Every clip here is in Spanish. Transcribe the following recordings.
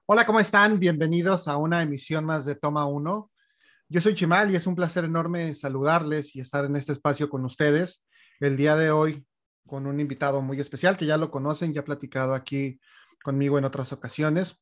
Hola, ¿cómo están? Bienvenidos a una emisión más de Toma Uno. Yo soy Chimal y es un placer enorme saludarles y estar en este espacio con ustedes. El día de hoy con un invitado muy especial que ya lo conocen, ya ha platicado aquí conmigo en otras ocasiones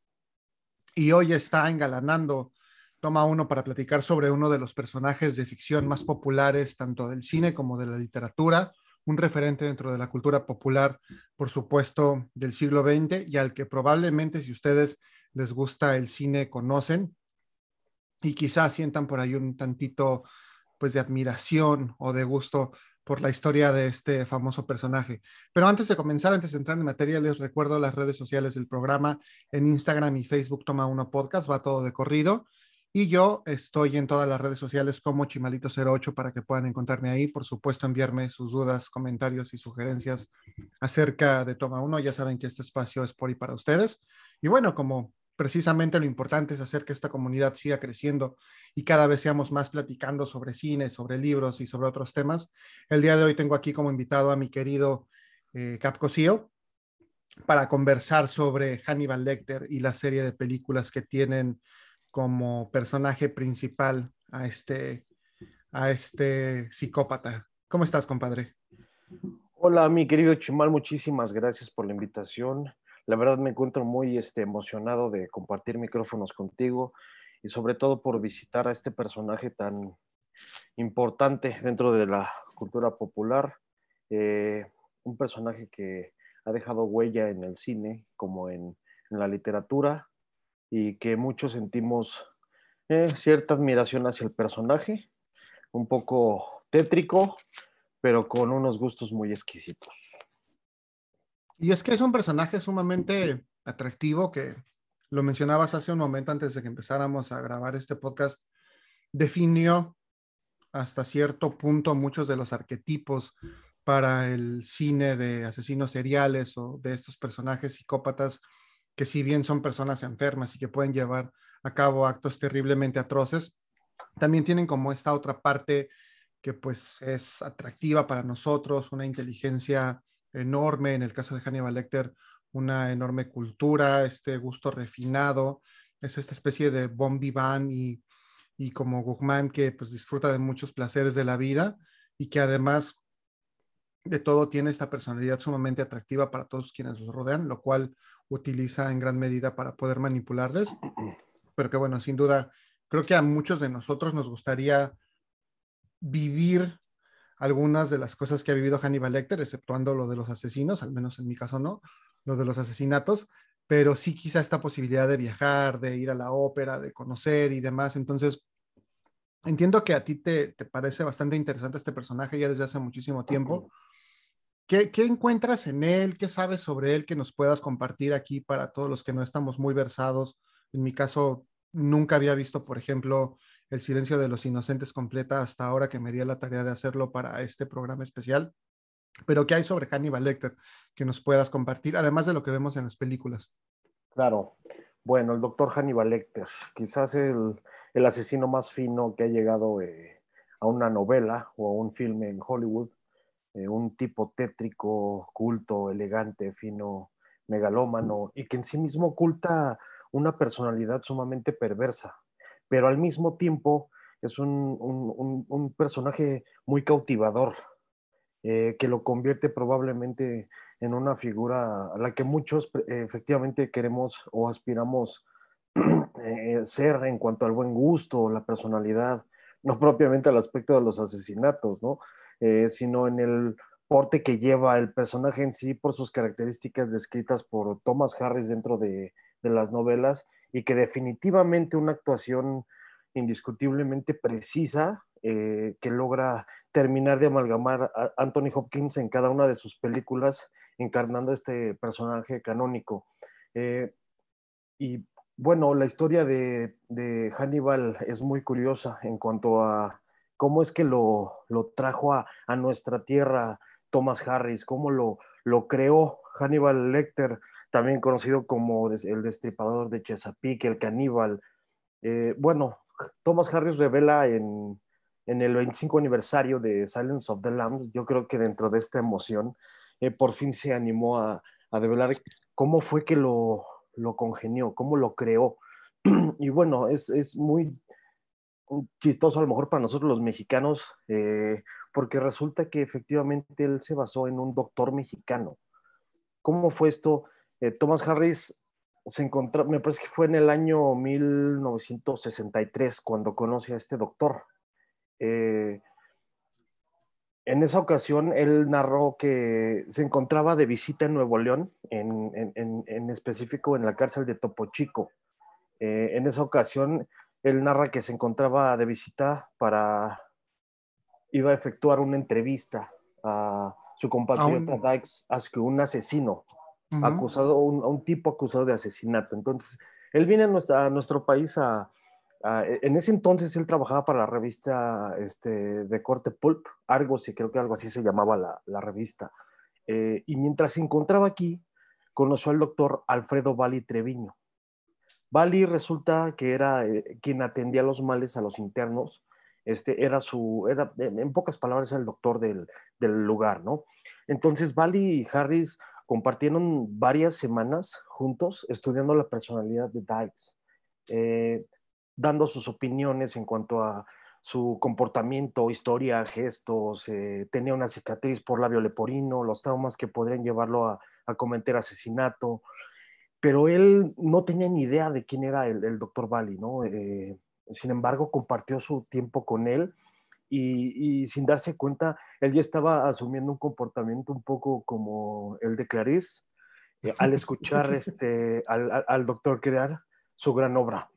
y hoy está engalanando Toma Uno para platicar sobre uno de los personajes de ficción más populares, tanto del cine como de la literatura, un referente dentro de la cultura popular, por supuesto, del siglo XX y al que probablemente si ustedes les gusta el cine conocen y quizás sientan por ahí un tantito pues de admiración o de gusto por la historia de este famoso personaje. Pero antes de comenzar, antes de entrar en materia, les recuerdo las redes sociales del programa en Instagram y Facebook Toma Uno Podcast, va todo de corrido. Y yo estoy en todas las redes sociales como Chimalito08 para que puedan encontrarme ahí. Por supuesto, enviarme sus dudas, comentarios y sugerencias acerca de Toma Uno. Ya saben que este espacio es por y para ustedes. Y bueno, como precisamente lo importante es hacer que esta comunidad siga creciendo y cada vez seamos más platicando sobre cine, sobre libros y sobre otros temas. El día de hoy tengo aquí como invitado a mi querido Cap Cosío para conversar sobre Hannibal Lecter y la serie de películas que tienen como personaje principal a este psicópata. ¿Cómo estás, compadre? Hola, mi querido Chimal, muchísimas gracias por la invitación. La verdad me encuentro muy emocionado de compartir micrófonos contigo y sobre todo por visitar a este personaje tan importante dentro de la cultura popular, eh, un personaje que ha dejado huella en el cine como en la literatura y que muchos sentimos cierta admiración hacia el personaje, un poco tétrico, pero con unos gustos muy exquisitos. Y es que es un personaje sumamente atractivo que lo mencionabas hace un momento antes de que empezáramos a grabar este podcast, definió hasta cierto punto muchos de los arquetipos para el cine de asesinos seriales o de estos personajes psicópatas que si bien son personas enfermas y que pueden llevar a cabo actos terriblemente atroces, también tienen como esta otra parte que pues es atractiva para nosotros, una inteligencia enorme, en el caso de Hannibal Lecter, una enorme cultura, este gusto refinado, es esta especie de bon vivant y como Guzmán que pues disfruta de muchos placeres de la vida y que además de todo tiene esta personalidad sumamente atractiva para todos quienes los rodean, lo cual utiliza en gran medida para poder manipularles, pero que bueno, sin duda, creo que a muchos de nosotros nos gustaría vivir algunas de las cosas que ha vivido Hannibal Lecter, exceptuando lo de los asesinos, al menos en mi caso no, lo de los asesinatos, pero sí quizá esta posibilidad de viajar, de ir a la ópera, de conocer y demás. Entonces, entiendo que a ti te parece bastante interesante este personaje ya desde hace muchísimo tiempo. ¿Qué encuentras en él? ¿Qué sabes sobre él que nos puedas compartir aquí para todos los que no estamos muy versados? En mi caso, nunca había visto, por ejemplo, El silencio de los inocentes completa hasta ahora que me di a la tarea de hacerlo para este programa especial. Pero ¿qué hay sobre Hannibal Lecter que nos puedas compartir, además de lo que vemos en las películas? Claro. Bueno, el doctor Hannibal Lecter, quizás el asesino más fino que ha llegado a una novela o a un filme en Hollywood, un tipo tétrico, culto, elegante, fino, megalómano, y que en sí mismo oculta una personalidad sumamente perversa, pero al mismo tiempo es un personaje muy cautivador, que lo convierte probablemente en una figura a la que muchos efectivamente queremos o aspiramos ser en cuanto al buen gusto, la personalidad, no propiamente al aspecto de los asesinatos, ¿no? Sino en el porte que lleva el personaje en sí por sus características descritas por Thomas Harris dentro de las novelas y que definitivamente una actuación indiscutiblemente precisa que logra terminar de amalgamar a Anthony Hopkins en cada una de sus películas encarnando este personaje canónico. Eh, y bueno, la historia de Hannibal es muy curiosa en cuanto a cómo es que lo trajo a nuestra tierra Thomas Harris, cómo lo creó Hannibal Lecter, también conocido como el destripador de Chesapeake, el caníbal. Bueno, Thomas Harris revela en el 25 aniversario de Silence of the Lambs, yo creo que dentro de esta emoción, por fin se animó a develar cómo fue que lo congenió, cómo lo creó. Y bueno, es muy chistoso a lo mejor para nosotros los mexicanos, porque resulta que efectivamente él se basó en un doctor mexicano. ¿Cómo fue esto? Thomas Harris se encontró, me parece que fue en el año 1963 cuando conoce a este doctor. Eh, en esa ocasión él narró que se encontraba de visita en Nuevo León, en específico en la cárcel de Topo Chico. En esa ocasión él narra que se encontraba de visita iba a efectuar una entrevista a su compatriota Aún. Dykes Askew, un asesino, Ujú. a un tipo acusado de asesinato. Entonces, él viene a nuestro país en ese entonces él trabajaba para la revista de corte Pulp, Argos, y creo que algo así se llamaba la revista. Y mientras se encontraba aquí, conoció al doctor Alfredo Valli Treviño. Valli resulta que era quien atendía los males a los internos. En pocas palabras, era el doctor del lugar, ¿no? Entonces, Valli y Harris compartieron varias semanas juntos estudiando la personalidad de Dykes, eh, dando sus opiniones en cuanto a su comportamiento, historia, gestos. Tenía una cicatriz por labio leporino, los traumas que podrían llevarlo a cometer asesinato, pero él no tenía ni idea de quién era el doctor Bali, ¿no? Sin embargo, compartió su tiempo con él y sin darse cuenta, él ya estaba asumiendo un comportamiento un poco como el de Clarice, al escuchar al doctor crear su gran obra.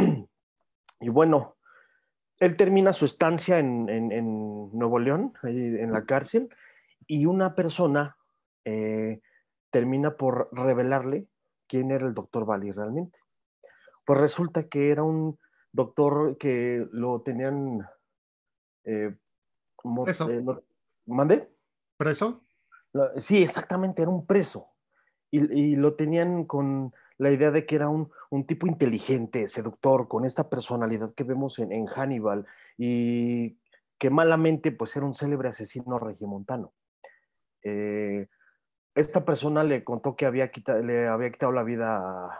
Y bueno, él termina su estancia en Nuevo León, ahí en la cárcel, y una persona eh, termina por revelarle quién era el doctor Bali realmente. Pues resulta que era un doctor que lo tenían, eh, Preso. ¿mande? Preso. Sí, exactamente, era un preso. Y lo tenían con la idea de que era un tipo inteligente, seductor, con esta personalidad que vemos en Hannibal, y que malamente pues era un célebre asesino regiomontano. Eh, Esta persona le contó que le había quitado la vida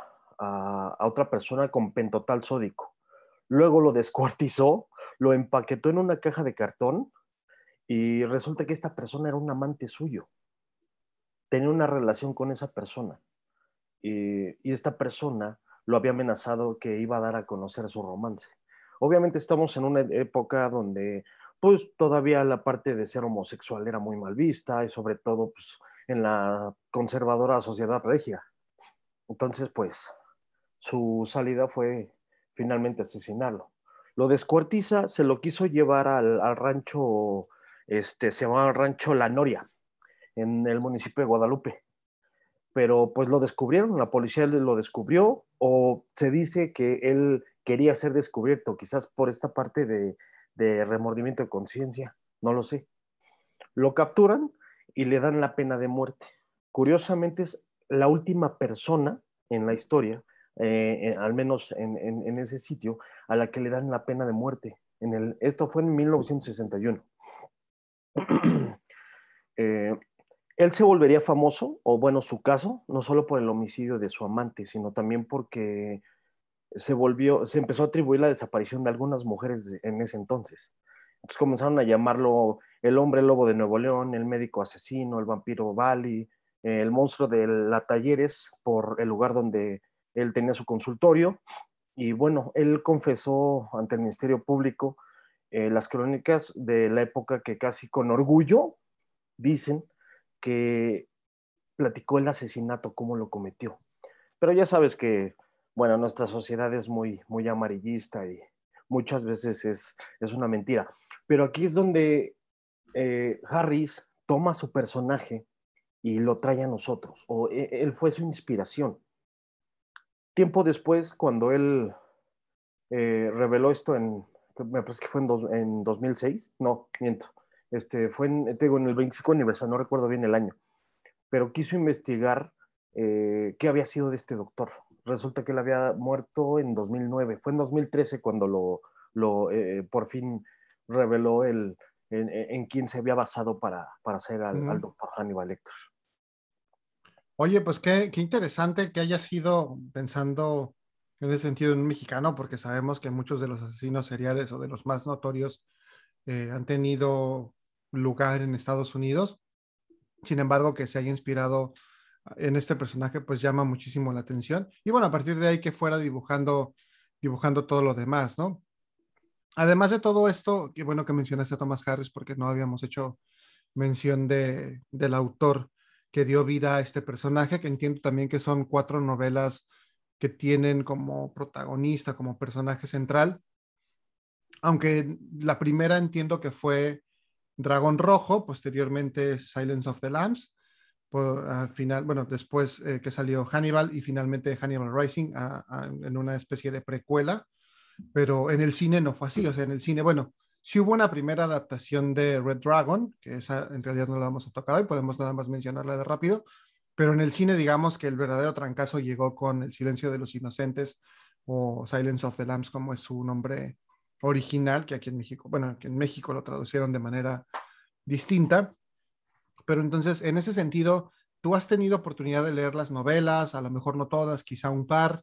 a otra persona con pentotal sódico. Luego lo descuartizó, lo empaquetó en una caja de cartón y resulta que esta persona era un amante suyo. Tenía una relación con esa persona y esta persona lo había amenazado que iba a dar a conocer su romance. Obviamente estamos en una época donde pues todavía la parte de ser homosexual era muy mal vista y sobre todo pues en la conservadora sociedad regia. Entonces pues su salida fue finalmente asesinarlo. Lo descuartiza, se lo quiso llevar al rancho, se llamaba Rancho La Noria, en el municipio de Guadalupe, pero pues lo descubrieron, la policía lo descubrió, o se dice que él quería ser descubierto, quizás por esta parte de remordimiento de conciencia, no lo sé. Lo capturan y le dan la pena de muerte. Curiosamente es la última persona en la historia, al menos en ese sitio, a la que le dan la pena de muerte. Esto fue en 1961. eh, Él se volvería famoso, o bueno, su caso, no solo por el homicidio de su amante, sino también porque se empezó a atribuir la desaparición de algunas mujeres en ese entonces. Entonces comenzaron a llamarlo el hombre lobo de Nuevo León, el médico asesino, el vampiro Bali, el monstruo de la Talleres, por el lugar donde él tenía su consultorio. Y bueno, él confesó ante el Ministerio Público las crónicas de la época que casi con orgullo dicen que platicó el asesinato, cómo lo cometió. Pero ya sabes que, bueno, nuestra sociedad es muy amarillista y muchas veces es una mentira. Pero aquí es donde Harris toma su personaje y lo trae a nosotros, o él fue su inspiración. Tiempo después, cuando él reveló esto me parece que fue en 2006, no, miento, fue te digo, en el 25 aniversario, no recuerdo bien el año, pero quiso investigar qué había sido de este doctor. Resulta que él había muerto en 2009, fue en 2013 cuando por fin reveló en quién se había basado para hacer al Ujú. doctor Hannibal Lecter. Oye, pues qué interesante que haya sido pensando en ese sentido en un mexicano, porque sabemos que muchos de los asesinos seriales o de los más notorios han tenido lugar en Estados Unidos. Sin embargo, que se haya inspirado en este personaje, pues llama muchísimo la atención. Y bueno, a partir de ahí que fuera dibujando todo lo demás, ¿no? Además de todo esto, qué bueno que mencionaste a Thomas Harris, porque no habíamos hecho mención del autor que dio vida a este personaje, que entiendo también que son 4 novelas que tienen como protagonista, como personaje central, aunque la primera entiendo que fue Dragón Rojo, posteriormente Silence of the Lambs, al final, bueno, después que salió Hannibal y finalmente Hannibal Rising en una especie de precuela, pero en el cine no fue así, o sea, en el cine, bueno, sí hubo una primera adaptación de Red Dragon, que esa en realidad no la vamos a tocar hoy, podemos nada más mencionarla de rápido, pero en el cine digamos que el verdadero trancazo llegó con El Silencio de los Inocentes o Silence of the Lambs, como es su nombre original, que aquí en México, bueno, que en México lo traducieron de manera distinta, pero entonces en ese sentido, ¿tú has tenido oportunidad de leer las novelas? A lo mejor no todas, quizá un par.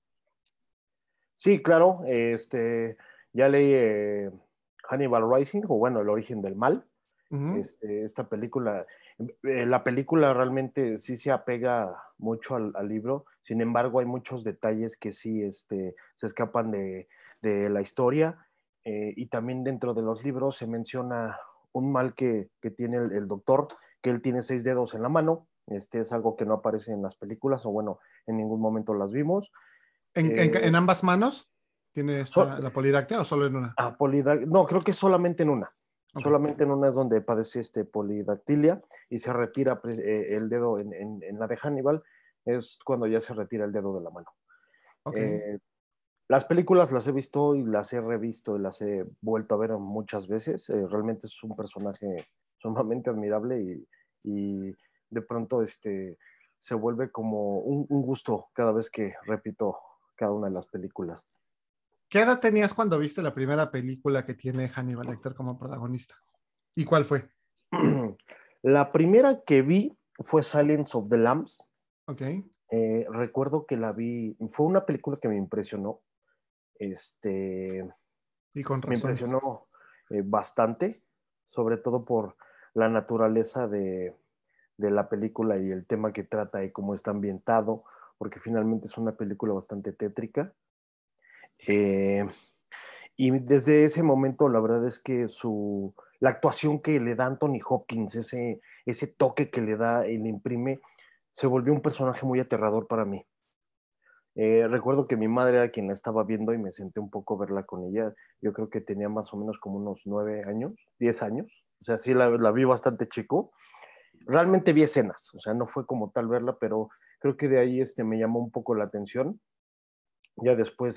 Sí, claro, ya leí Hannibal Rising, o bueno, El origen del mal. Uh -huh. Esta película, la película realmente sí se apega mucho al libro, sin embargo hay muchos detalles que sí se escapan de la historia, y también dentro de los libros se menciona un mal que tiene el doctor, que él tiene 6 dedos en la mano. Es algo que no aparece en las películas, o bueno, en ningún momento las vimos. En Eh, ambas manos tiene so- la polidactia o solo en una. no, creo que solamente en una. Ok, Solamente en una es donde padece polidactilia y se retira el dedo en la de Hannibal. Es cuando ya se retira el dedo de la mano. ok. Eh, las películas las he visto y las he revisto y las he vuelto a ver muchas veces. Realmente es un personaje sumamente admirable y de pronto se vuelve como un gusto cada vez que repito cada una de las películas. ¿Qué edad tenías cuando viste la primera película que tiene Hannibal Lecter como protagonista? ¿Y cuál fue? La primera que vi fue Silence of the Lambs. Ok, Recuerdo que la vi, fue una película que me impresionó, este, y con me razón. impresionó bastante, sobre todo por la naturaleza de la película y el tema que trata y cómo está ambientado, porque finalmente es una película bastante tétrica. Eh, y desde ese momento, la verdad es que la actuación que le da Anthony Hopkins, ese toque que le da y le imprime, se volvió un personaje muy aterrador para mí. Recuerdo que mi madre era quien la estaba viendo y me senté un poco a verla con ella. Yo creo que tenía más o menos como unos 9 años, 10 años. O sea, sí la vi bastante chico. Realmente vi escenas, o sea, no fue como tal verla, pero creo que de ahí me llamó un poco la atención. Ya después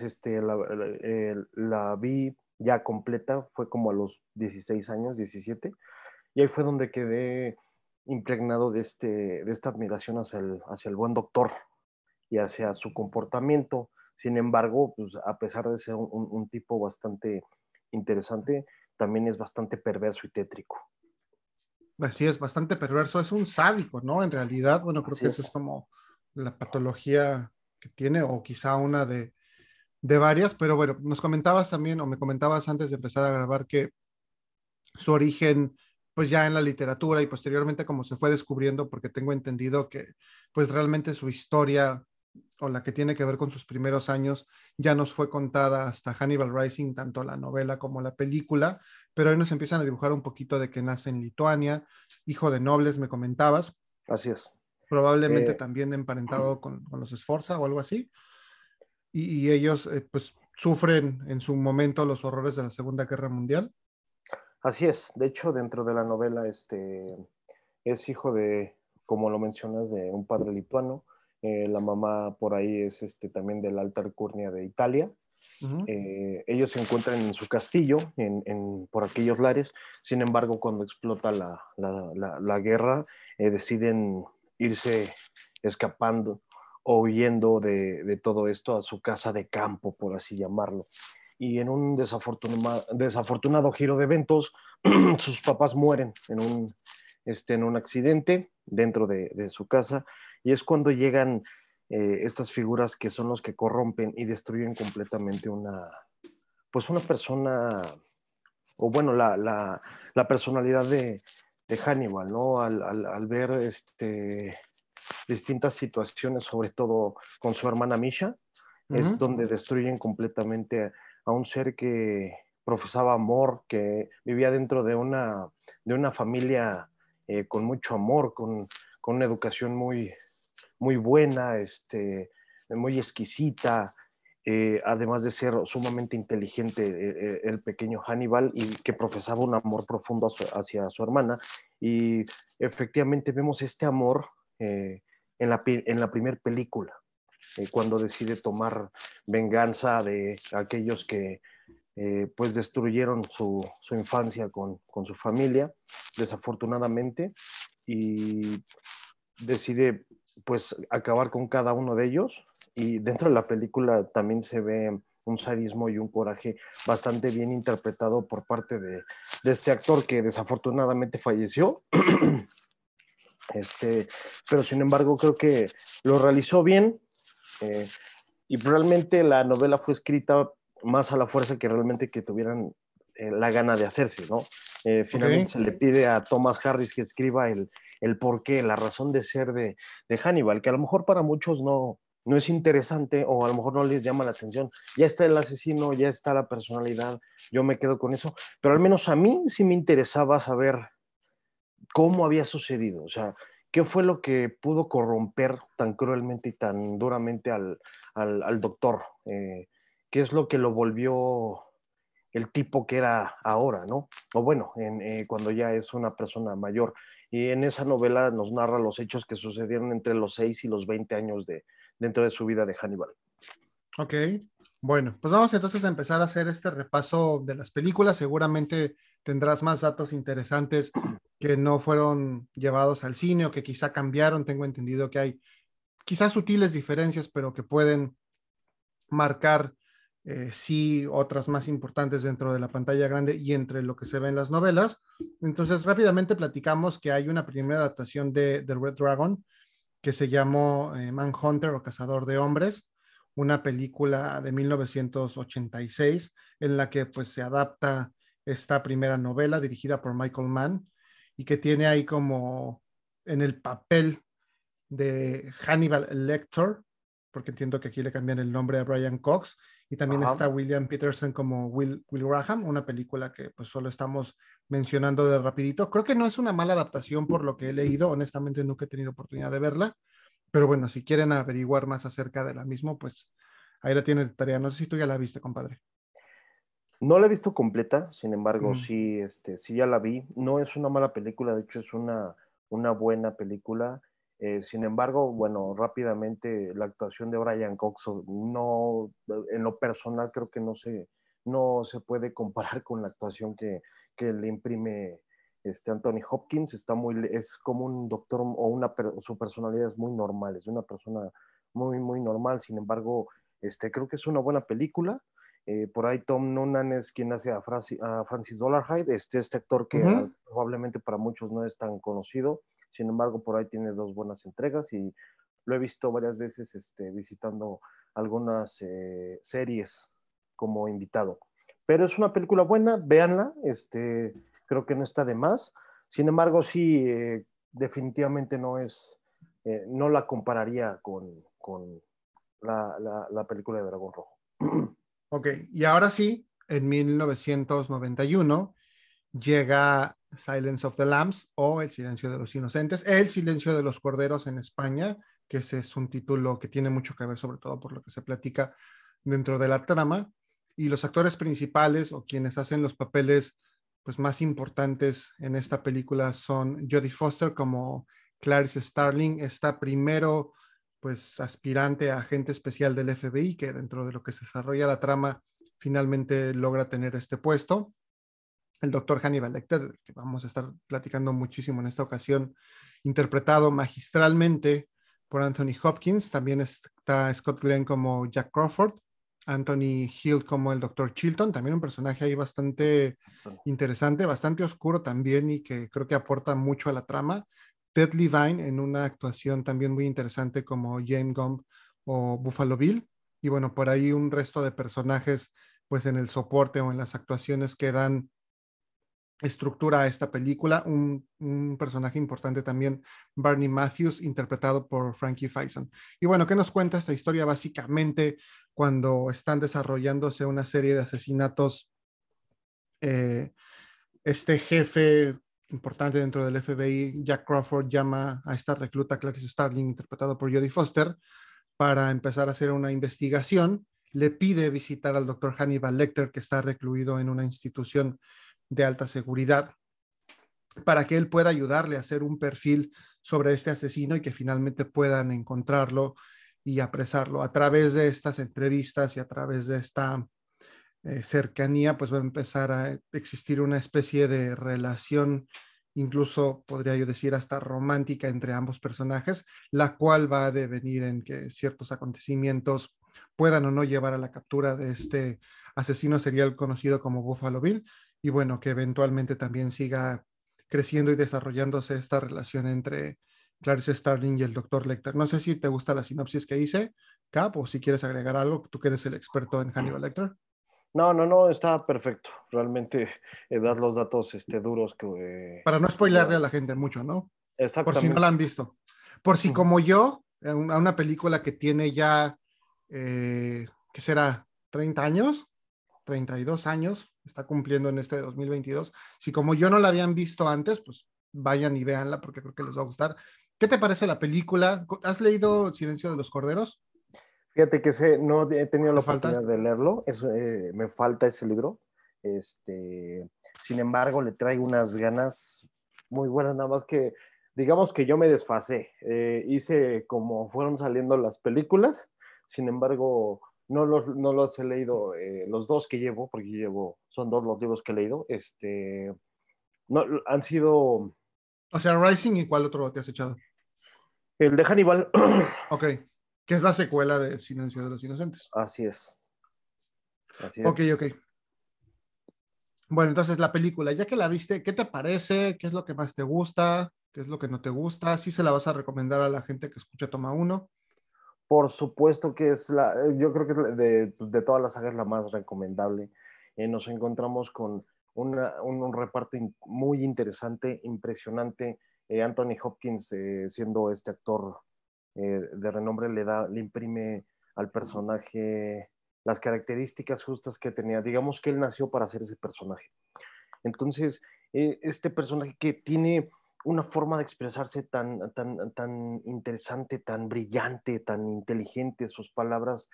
la vi ya completa, fue como a los 16 años, 17, y ahí fue donde quedé impregnado de esta admiración hacia el buen doctor y hacia su comportamiento. Sin embargo, pues, a pesar de ser un tipo bastante interesante, también es bastante perverso y tétrico. Así es, bastante perverso. Es un sádico, ¿no? En realidad, bueno, creo Así que esa es. es como la patología que tiene, o quizá una de varias, pero bueno, nos comentabas también, o me comentabas antes de empezar a grabar, que su origen, pues ya en la literatura y posteriormente como se fue descubriendo, porque tengo entendido que, pues realmente su historia o la que tiene que ver con sus primeros años ya nos fue contada hasta Hannibal Rising, tanto la novela como la película, pero ahí nos empiezan a dibujar un poquito de que nace en Lituania, hijo de nobles, me comentabas, Así es. probablemente Eh, también emparentado con los Sforza o algo así, y ellos pues sufren en su momento los horrores de la Segunda Guerra Mundial. Así es. De hecho, dentro de la novela, es hijo de, como lo mencionas, de un padre lituano. La mamá por ahí es también de la Alta Alcurnia de Italia. Uh -huh. Ellos se encuentran en su castillo, por aquellos lares. Sin embargo, cuando explota la guerra, deciden irse escapando o huyendo de todo esto a su casa de campo, por así llamarlo. Y en un desafortunado giro de eventos, sus papás mueren en un accidente dentro de su casa, Y es cuando llegan estas figuras que son los que corrompen y destruyen completamente pues una persona, o bueno, la personalidad de Hannibal, ¿no? Al ver distintas situaciones, sobre todo con su hermana Misha, es donde destruyen completamente a un ser que profesaba amor, que vivía dentro de una familia con mucho amor, con una educación muy buena, muy exquisita, además de ser sumamente inteligente el pequeño Hannibal y que profesaba un amor profundo hacia su hermana. Y efectivamente vemos este amor en la primera película, cuando decide tomar venganza de aquellos que pues destruyeron su infancia con su familia, desafortunadamente, y decide pues acabar con cada uno de ellos. Y dentro de la película también se ve un sadismo y un coraje bastante bien interpretado por parte de este actor que desafortunadamente falleció. Pero sin embargo creo que lo realizó bien, eh, y realmente la novela fue escrita más a la fuerza que realmente que tuvieran la gana de hacerse, ¿no? Finalmente Ok. se le pide a Thomas Harris que escriba el porqué, la razón de ser de Hannibal, que a lo mejor para muchos no es interesante o a lo mejor no les llama la atención. Ya está el asesino, ya está la personalidad, yo me quedo con eso, pero al menos a mí sí me interesaba saber cómo había sucedido, o sea, qué fue lo que pudo corromper tan cruelmente y tan duramente al doctor, qué es lo que lo volvió el tipo que era ahora, ¿no? O bueno, cuando ya es una persona mayor. Y en esa novela nos narra los hechos que sucedieron entre los 6 y los 20 años dentro de su vida de Hannibal. Ok, bueno, pues vamos entonces a empezar a hacer este repaso de las películas. Seguramente tendrás más datos interesantes que no fueron llevados al cine o que quizá cambiaron. Tengo entendido que hay quizás sutiles diferencias, pero que pueden marcar sí otras más importantes dentro de la pantalla grande y entre lo que se ve en las novelas. Entonces, rápidamente platicamos que hay una primera adaptación de Red Dragon que se llamó Manhunter o Cazador de Hombres, una película de 1986 en la que pues se adapta esta primera novela dirigida por Michael Mann y que tiene ahí como en el papel de Hannibal Lecter, porque entiendo que aquí le cambian el nombre a Brian Cox, y también Ajá. está William Peterson como Will Graham, una película que pues solo estamos mencionando de rapidito. Creo que no es una mala adaptación por lo que he leído, honestamente nunca he tenido oportunidad de verla, pero bueno, si quieren averiguar más acerca de la misma, pues ahí la tienen de tarea. No sé si tú ya la viste, compadre. No la he visto completa, sin embargo, Mm, sí, sí ya la vi. No es una mala película, de hecho es una buena película. Sin embargo, bueno, rápidamente la actuación de Brian Cox no, en lo personal creo que no se puede comparar con la actuación que le imprime Anthony Hopkins. Es como un doctor o su personalidad es muy normal, es una persona muy normal. Sin embargo, creo que es una buena película. Por ahí Tom Noonan es quien hace a Francis Dolarhyde, este actor que ujú. probablemente para muchos no es tan conocido. Sin embargo, por ahí tiene dos buenas entregas y lo he visto varias veces visitando algunas series como invitado. Pero es una película buena, véanla, creo que no está de más. Sin embargo, sí, definitivamente no la compararía con la película de Dragón Rojo. Ok, y ahora sí, en 1991 llega Silence of the Lambs o El silencio de los inocentes, El silencio de los corderos en España, que ese es un título que tiene mucho que ver sobre todo por lo que se platica dentro de la trama, y los actores principales o quienes hacen los papeles pues más importantes en esta película son Jodie Foster como Clarice Starling, esta primero pues aspirante a agente especial del FBI que dentro de lo que se desarrolla la trama finalmente logra tener este puesto. El doctor Hannibal Lecter, que vamos a estar platicando muchísimo en esta ocasión, interpretado magistralmente por Anthony Hopkins. También está Scott Glenn como Jack Crawford, Anthony Hill como el doctor Chilton, también un personaje ahí bastante interesante, bastante oscuro también y que creo que aporta mucho a la trama. Ted Levine en una actuación también muy interesante como James Gumb o Buffalo Bill. Y bueno, por ahí un resto de personajes pues en el soporte o en las actuaciones que dan estructura a esta película. Un personaje importante también, Barney Matthews, interpretado por Frankie Faison. Y bueno, ¿qué nos cuenta esta historia? Básicamente, cuando están desarrollándose una serie de asesinatos, eh, este jefe importante dentro del FBI, Jack Crawford, llama a esta recluta Clarice Starling, interpretado por Jodie Foster, para empezar a hacer una investigación. Le pide visitar al doctor Hannibal Lecter, que está recluido en una institución de alta seguridad, para que él pueda ayudarle a hacer un perfil sobre este asesino y que finalmente puedan encontrarlo y apresarlo. A través de estas entrevistas y a través de esta cercanía, pues va a empezar a existir una especie de relación, incluso podría yo decir hasta romántica entre ambos personajes, la cual va a devenir en que ciertos acontecimientos puedan o no llevar a la captura de este asesino serial conocido como Buffalo Bill, y bueno, que eventualmente también siga creciendo y desarrollándose esta relación entre Clarice Starling y el Dr. Lecter. No sé si te gusta la sinopsis que hice, Cap, o si quieres agregar algo, tú que eres el experto en Hannibal Lecter. No, no, no, está perfecto. Realmente dar los datos duros Para no que spoilerle a llevan. la gente mucho, ¿no? Por si no la Exactamente. han visto. Por si Ujú. como yo, a una película que tiene ya, ¿qué será? ¿30 años? 32 años, está cumpliendo en este 2022. Si como yo no la habían visto antes, pues vayan y véanla porque creo que les va a gustar. ¿Qué te parece la película? ¿Has leído Silencio de los Corderos? Fíjate que no he tenido la ¿Te oportunidad falta? de leerlo, me falta ese libro. Este, Sin embargo, le traigo unas ganas muy buenas, nada más que, digamos que yo me desfasé. Hice como fueron saliendo las películas, sin embargo, no los he leído, los dos que llevo, porque son dos los libros que he leído, no, han sido O sea, Rising, ¿y cuál otro te has echado? el de Hannibal. Ok, que es la secuela de Silencio de los Inocentes. Así es, así Ok, es. ok. Bueno, entonces la película, ya que la viste, ¿qué te parece? ¿Qué es lo que más te gusta? ¿Qué es lo que no te gusta? ¿Sí se la vas a recomendar a la gente que escucha Toma Uno? Por supuesto que yo creo que de todas las sagas la más recomendable. Nos encontramos con un reparto muy interesante, impresionante. Anthony Hopkins, siendo este actor de renombre, le imprime al personaje las características justas que tenía. Digamos que él nació para ser ese personaje. Entonces, este personaje que tiene una forma de expresarse tan interesante, tan brillante, tan inteligente, sus palabras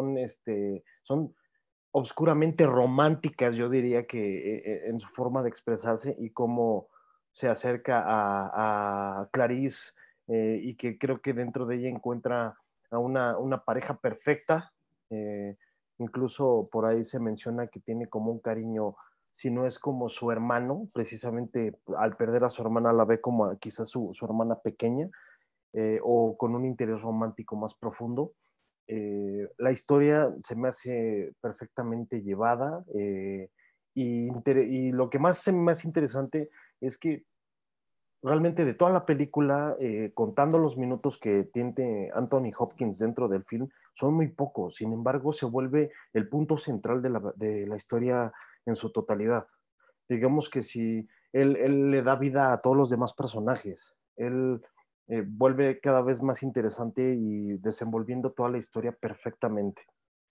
son obscuramente románticas, yo diría que en su forma de expresarse y cómo se acerca a Clarice, y que creo que dentro de ella encuentra a una pareja perfecta. eh, Incluso por ahí se menciona que tiene como un cariño, si no es como su hermano, precisamente al perder a su hermana la ve como quizás su hermana pequeña, o con un interés romántico más profundo. La historia se me hace perfectamente llevada, y lo que más se me hace interesante es que realmente de toda la película, contando los minutos que tiene Anthony Hopkins dentro del film, son muy pocos. Sin embargo, se vuelve el punto central de la historia en su totalidad. Digamos que si él le da vida a todos los demás personajes, él vuelve cada vez más interesante y desenvolviendo toda la historia perfectamente.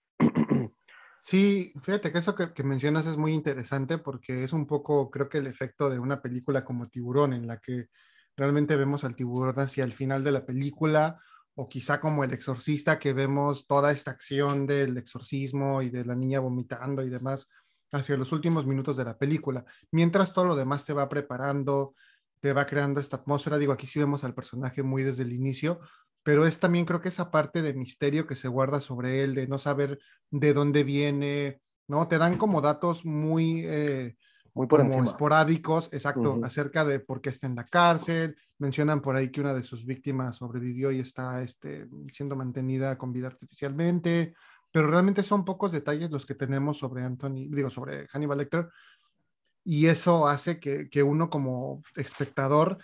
Sí, fíjate que eso que mencionas es muy interesante porque es un poco, creo que el efecto de una película como Tiburón, en la que realmente vemos al tiburón hacia el final de la película, o quizá como El Exorcista, que vemos toda esta acción del exorcismo y de la niña vomitando y demás hacia los últimos minutos de la película, mientras todo lo demás te va preparando, te va creando esta atmósfera. Digo, aquí sí vemos al personaje muy desde el inicio, pero es también creo que esa parte de misterio que se guarda sobre él, de no saber de dónde viene, ¿no? Te dan como datos muy Muy por como encima. esporádicos, exacto, Ujú. acerca de por qué está en la cárcel. Mencionan por ahí que una de sus víctimas sobrevivió y está siendo mantenida con vida artificialmente, pero realmente son pocos detalles los que tenemos sobre sobre Hannibal Lecter, y eso hace que uno como espectador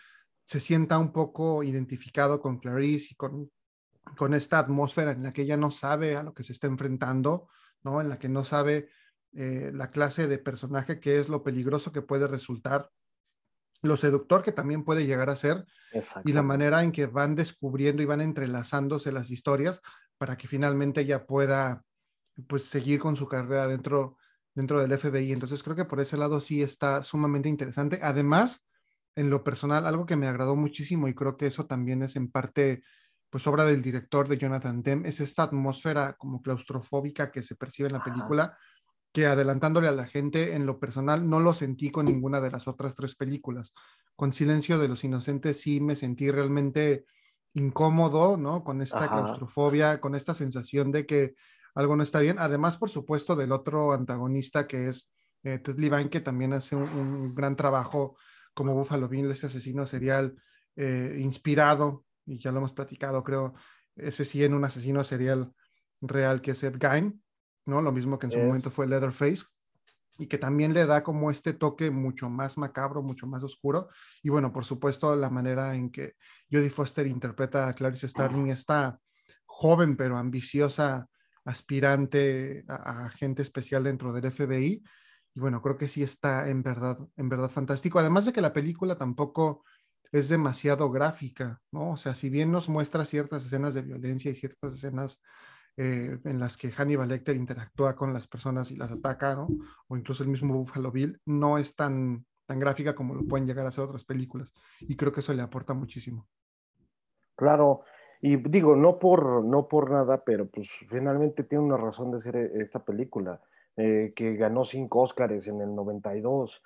se sienta un poco identificado con Clarice y con esta atmósfera en la que ella no sabe a lo que se está enfrentando, ¿no? En la que no sabe la clase de personaje que es, lo peligroso que puede resultar, lo seductor que también puede llegar a ser, y la Exactamente. manera en que van descubriendo y van entrelazándose las historias para que finalmente ella pueda pues seguir con su carrera dentro del FBI. Entonces creo que por ese lado sí está sumamente interesante. Además, en lo personal, algo que me agradó muchísimo y creo que eso también es en parte pues obra del director de Jonathan Demme, es esta atmósfera como claustrofóbica que se percibe en la Ajá, película, que adelantándole a la gente, en lo personal no lo sentí con ninguna de las otras tres películas. Con Silencio de los Inocentes sí me sentí realmente incómodo, ¿no? Con esta ajá, claustrofobia, con esta sensación de que algo no está bien. Además, por supuesto, del otro antagonista que es Ted Levine, que también hace un gran trabajo como Buffalo Bill, este asesino serial inspirado, y ya lo hemos platicado, creo, ese sí en un asesino serial real que es Ed Gein, ¿no? Lo mismo que en su momento es, fue Leatherface, y que también le da como este toque mucho más macabro, mucho más oscuro. Y bueno, por supuesto, la manera en que Jodie Foster interpreta a Clarice Starling, esta joven pero ambiciosa aspirante a agente especial dentro del FBI. Y bueno, creo que sí está en verdad fantástico. Además de que la película tampoco es demasiado gráfica, ¿no? O sea, si bien nos muestra ciertas escenas de violencia y ciertas escenas en las que Hannibal Lecter interactúa con las personas y las ataca, ¿no? O incluso el mismo Buffalo Bill, no es tan gráfica como lo pueden llegar a ser otras películas. Y creo que eso le aporta muchísimo. claro, y digo, no por nada, pero pues finalmente tiene una razón de ser esta película, que ganó 5 Óscares en el 92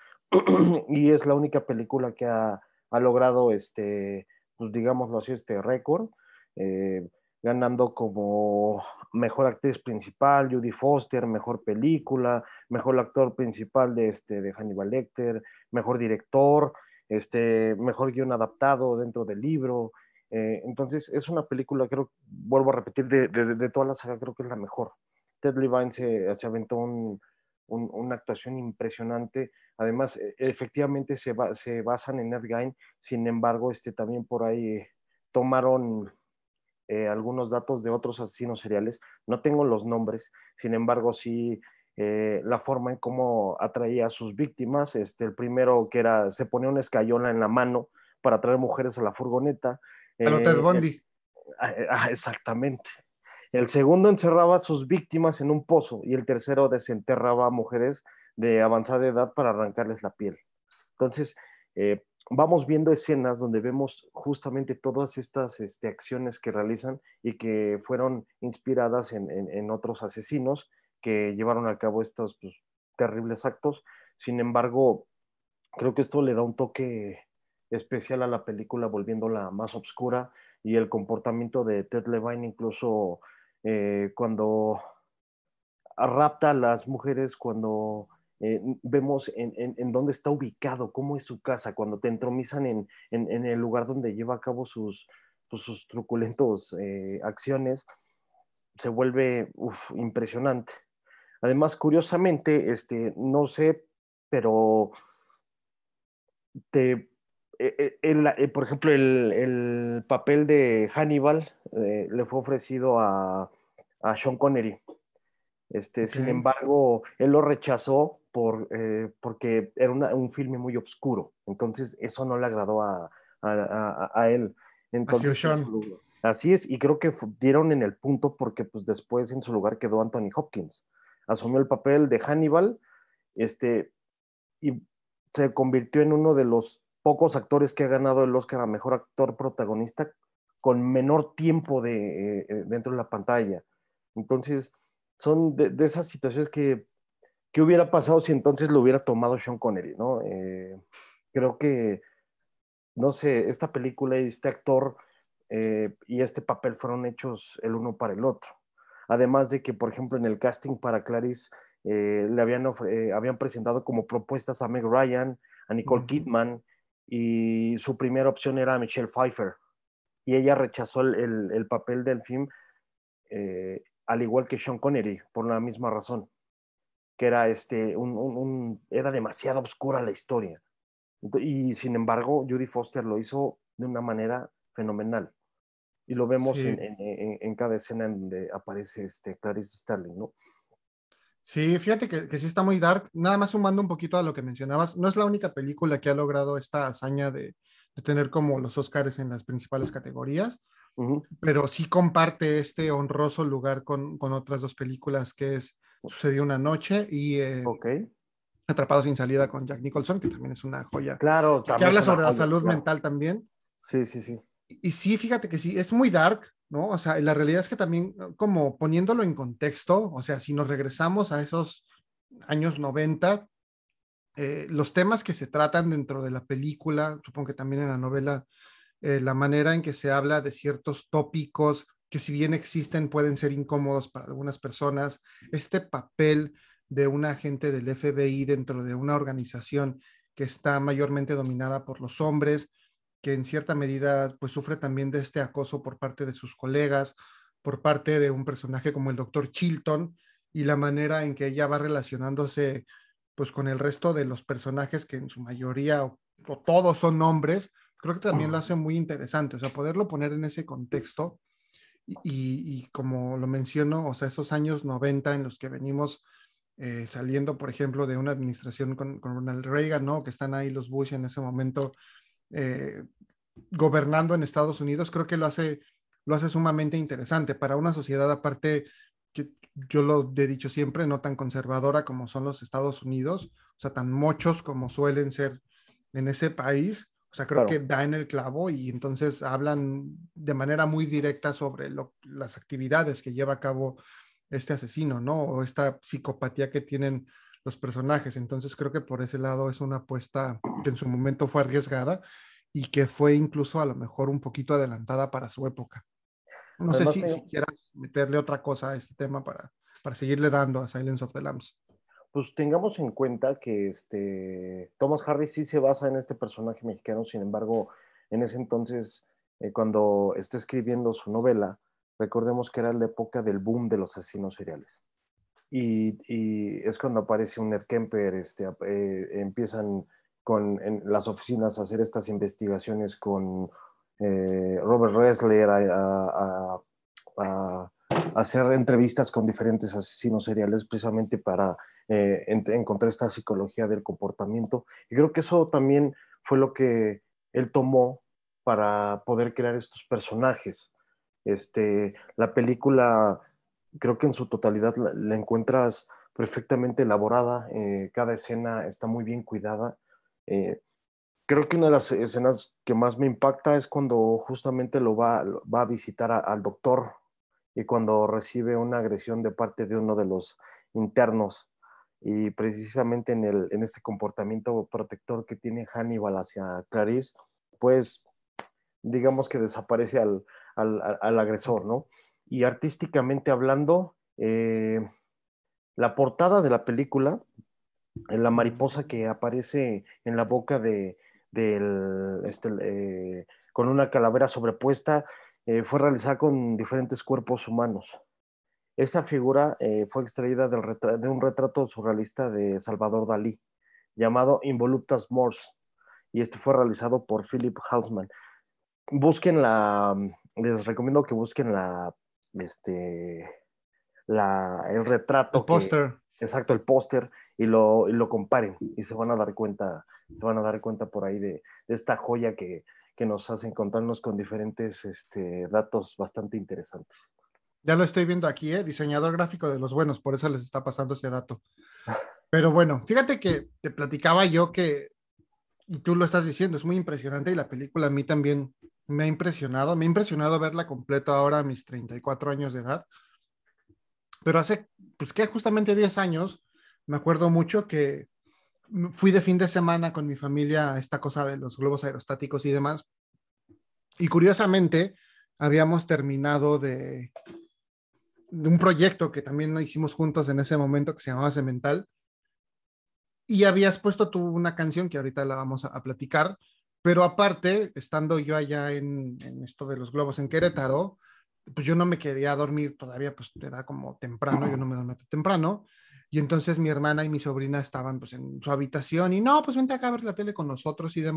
y es la única película que ha logrado pues digámoslo así, este récord, eh, ganando como mejor actriz principal, Judy Foster, mejor película, mejor actor principal de Hannibal Lecter, mejor director, mejor guión adaptado dentro del libro. Entonces, es una película, creo, vuelvo a repetir, de toda la saga, creo que es la mejor. Ted Levine se aventó una actuación impresionante. Además, efectivamente se basan en Ed Gein, sin embargo, también por ahí tomaron algunos datos de otros asesinos seriales. No tengo los nombres, sin embargo, sí la forma en cómo atraía a sus víctimas. El primero que era, se ponía una escayola en la mano para atraer mujeres a la furgoneta. A lo Ted Eh, Bundy. exactamente. El segundo encerraba a sus víctimas en un pozo y el tercero desenterraba a mujeres de avanzada edad para arrancarles la piel. Entonces, vamos viendo escenas donde vemos justamente todas estas acciones que realizan y que fueron inspiradas en otros asesinos que llevaron a cabo estos pues, terribles actos. Sin embargo, creo que esto le da un toque especial a la película, volviéndola más oscura, y el comportamiento de Ted Levine, incluso cuando rapta a las mujeres, cuando vemos en dónde está ubicado, cómo es su casa, cuando te entromizan en el lugar donde lleva a cabo pues, sus truculentos acciones, se vuelve impresionante. Además, curiosamente, no sé, pero te, por ejemplo, el papel de Hannibal le fue ofrecido a Sean Connery. Ok. Sin embargo, él lo rechazó porque era un filme muy oscuro. Entonces, eso no le agradó a él. Así es, Entonces, Sean. así es, y creo que dieron en el punto porque pues después en su lugar quedó Anthony Hopkins. Asumió el papel de Hannibal, y se convirtió en uno de los pocos actores que ha ganado el Oscar a mejor actor protagonista con menor tiempo dentro de la pantalla. Entonces, son de esas situaciones que hubiera pasado si entonces lo hubiera tomado Sean Connery, ¿no? Creo que, no sé, esta película y este actor y este papel fueron hechos el uno para el otro. Además de que, por ejemplo, en el casting para Clarice habían presentado como propuestas a Meg Ryan, a Uh Nicole -huh. Kidman, y su primera opción era Michelle Pfeiffer. Y ella rechazó el papel del film, al igual que Sean Connery, por la misma razón, que era, era demasiado oscura la historia. Y sin embargo, Judy Foster lo hizo de una manera fenomenal. Y lo vemos Sí. en cada escena en donde aparece Clarice Starling, ¿no? Sí, fíjate que sí está muy dark. Nada más sumando un poquito a lo que mencionabas, no es la única película que ha logrado esta hazaña de tener como los Oscars en las principales categorías, Ujú. pero sí comparte este honroso lugar con otras dos películas que es Sucedió una noche y Ok. Atrapado sin salida con Jack Nicholson, que también es una joya, Claro, que también es habla una sobre la joya, salud claro. mental también. Sí, sí, sí. Y sí, fíjate que sí, es muy dark, ¿no? O sea, la realidad es que también, como poniéndolo en contexto, o sea, si nos regresamos a esos años 90, los temas que se tratan dentro de la película, supongo que también en la novela, la manera en que se habla de ciertos tópicos que si bien existen pueden ser incómodos para algunas personas, este papel de un agente del FBI dentro de una organización que está mayormente dominada por los hombres, que en cierta medida pues sufre también de este acoso por parte de sus colegas, por parte de un personaje como el doctor Chilton y la manera en que ella va relacionándose pues con el resto de los personajes que en su mayoría o todos son hombres, creo que también lo hace muy interesante, o sea, poderlo poner en ese contexto y como lo menciono, o sea, esos años 90 en los que venimos saliendo, por ejemplo, de una administración con Ronald Reagan, ¿no? Que están ahí los Bush en ese momento eh, gobernando en Estados Unidos, creo que lo hace sumamente interesante para una sociedad aparte que yo lo he dicho siempre, no tan conservadora como son los Estados Unidos, o sea, tan mochos como suelen ser en ese país. O sea, creo que Claro. da en el clavo y entonces hablan de manera muy directa sobre las actividades que lleva a cabo este asesino, ¿no? O esta psicopatía que tienen los personajes. Entonces creo que por ese lado es una apuesta que en su momento fue arriesgada y que fue incluso a lo mejor un poquito adelantada para su época. No sé Además, si quieras meterle otra cosa a este tema para seguirle dando a Silence of the Lambs. pues tengamos en cuenta que Thomas Harris sí se basa en este personaje mexicano, sin embargo, en ese entonces, cuando está escribiendo su novela, recordemos que era la época del boom de los asesinos seriales. Y es cuando aparece un Ned Kemper, empiezan en las oficinas a hacer estas investigaciones con Robert Ressler, a hacer entrevistas con diferentes asesinos seriales precisamente para encontrar esta psicología del comportamiento. Y creo que eso también fue lo que él tomó para poder crear estos personajes. La película, creo que en su totalidad la encuentras perfectamente elaborada, cada escena está muy bien cuidada. Eh, Creo que una de las escenas que más me impacta es cuando justamente va a visitar al doctor y cuando recibe una agresión de parte de uno de los internos y precisamente en este comportamiento protector que tiene Hannibal hacia Clarice, pues digamos que desaparece al agresor, ¿no? Y artísticamente hablando, la portada de la película, la mariposa que aparece en la boca con una calavera sobrepuesta, fue realizada con diferentes cuerpos humanos. Esa figura fue extraída de un retrato surrealista de Salvador Dalí, llamado Involutas Mors, y este fue realizado por Philip Halsman. Busquen les recomiendo que busquen este, el El retrato póster. exacto, el póster, y lo comparen, y se van a dar cuenta por ahí de esta joya que nos hace encontrarnos con diferentes datos bastante interesantes. Ya lo estoy viendo aquí, ¿eh? Diseñador gráfico de los buenos, por eso les está pasando ese dato. Pero bueno, fíjate que te platicaba yo que, y tú lo estás diciendo, es muy impresionante y la película a mí también me ha impresionado verla completo ahora a mis 34 años de edad, pero hace, pues que justamente 10 años, me acuerdo mucho que fui de fin de semana con mi familia a esta cosa de los globos aerostáticos y demás, y curiosamente habíamos terminado de un proyecto que también hicimos juntos en ese momento que se llamaba Cemental, y habías puesto tú una canción que ahorita la vamos a platicar, pero aparte, estando yo allá en esto de los globos en Querétaro, pues yo no me quería dormir todavía, pues era como temprano, yo no me dormía temprano, y entonces mi hermana y mi sobrina estaban pues en su habitación y no, pues vente acá a ver la tele con nosotros y demás,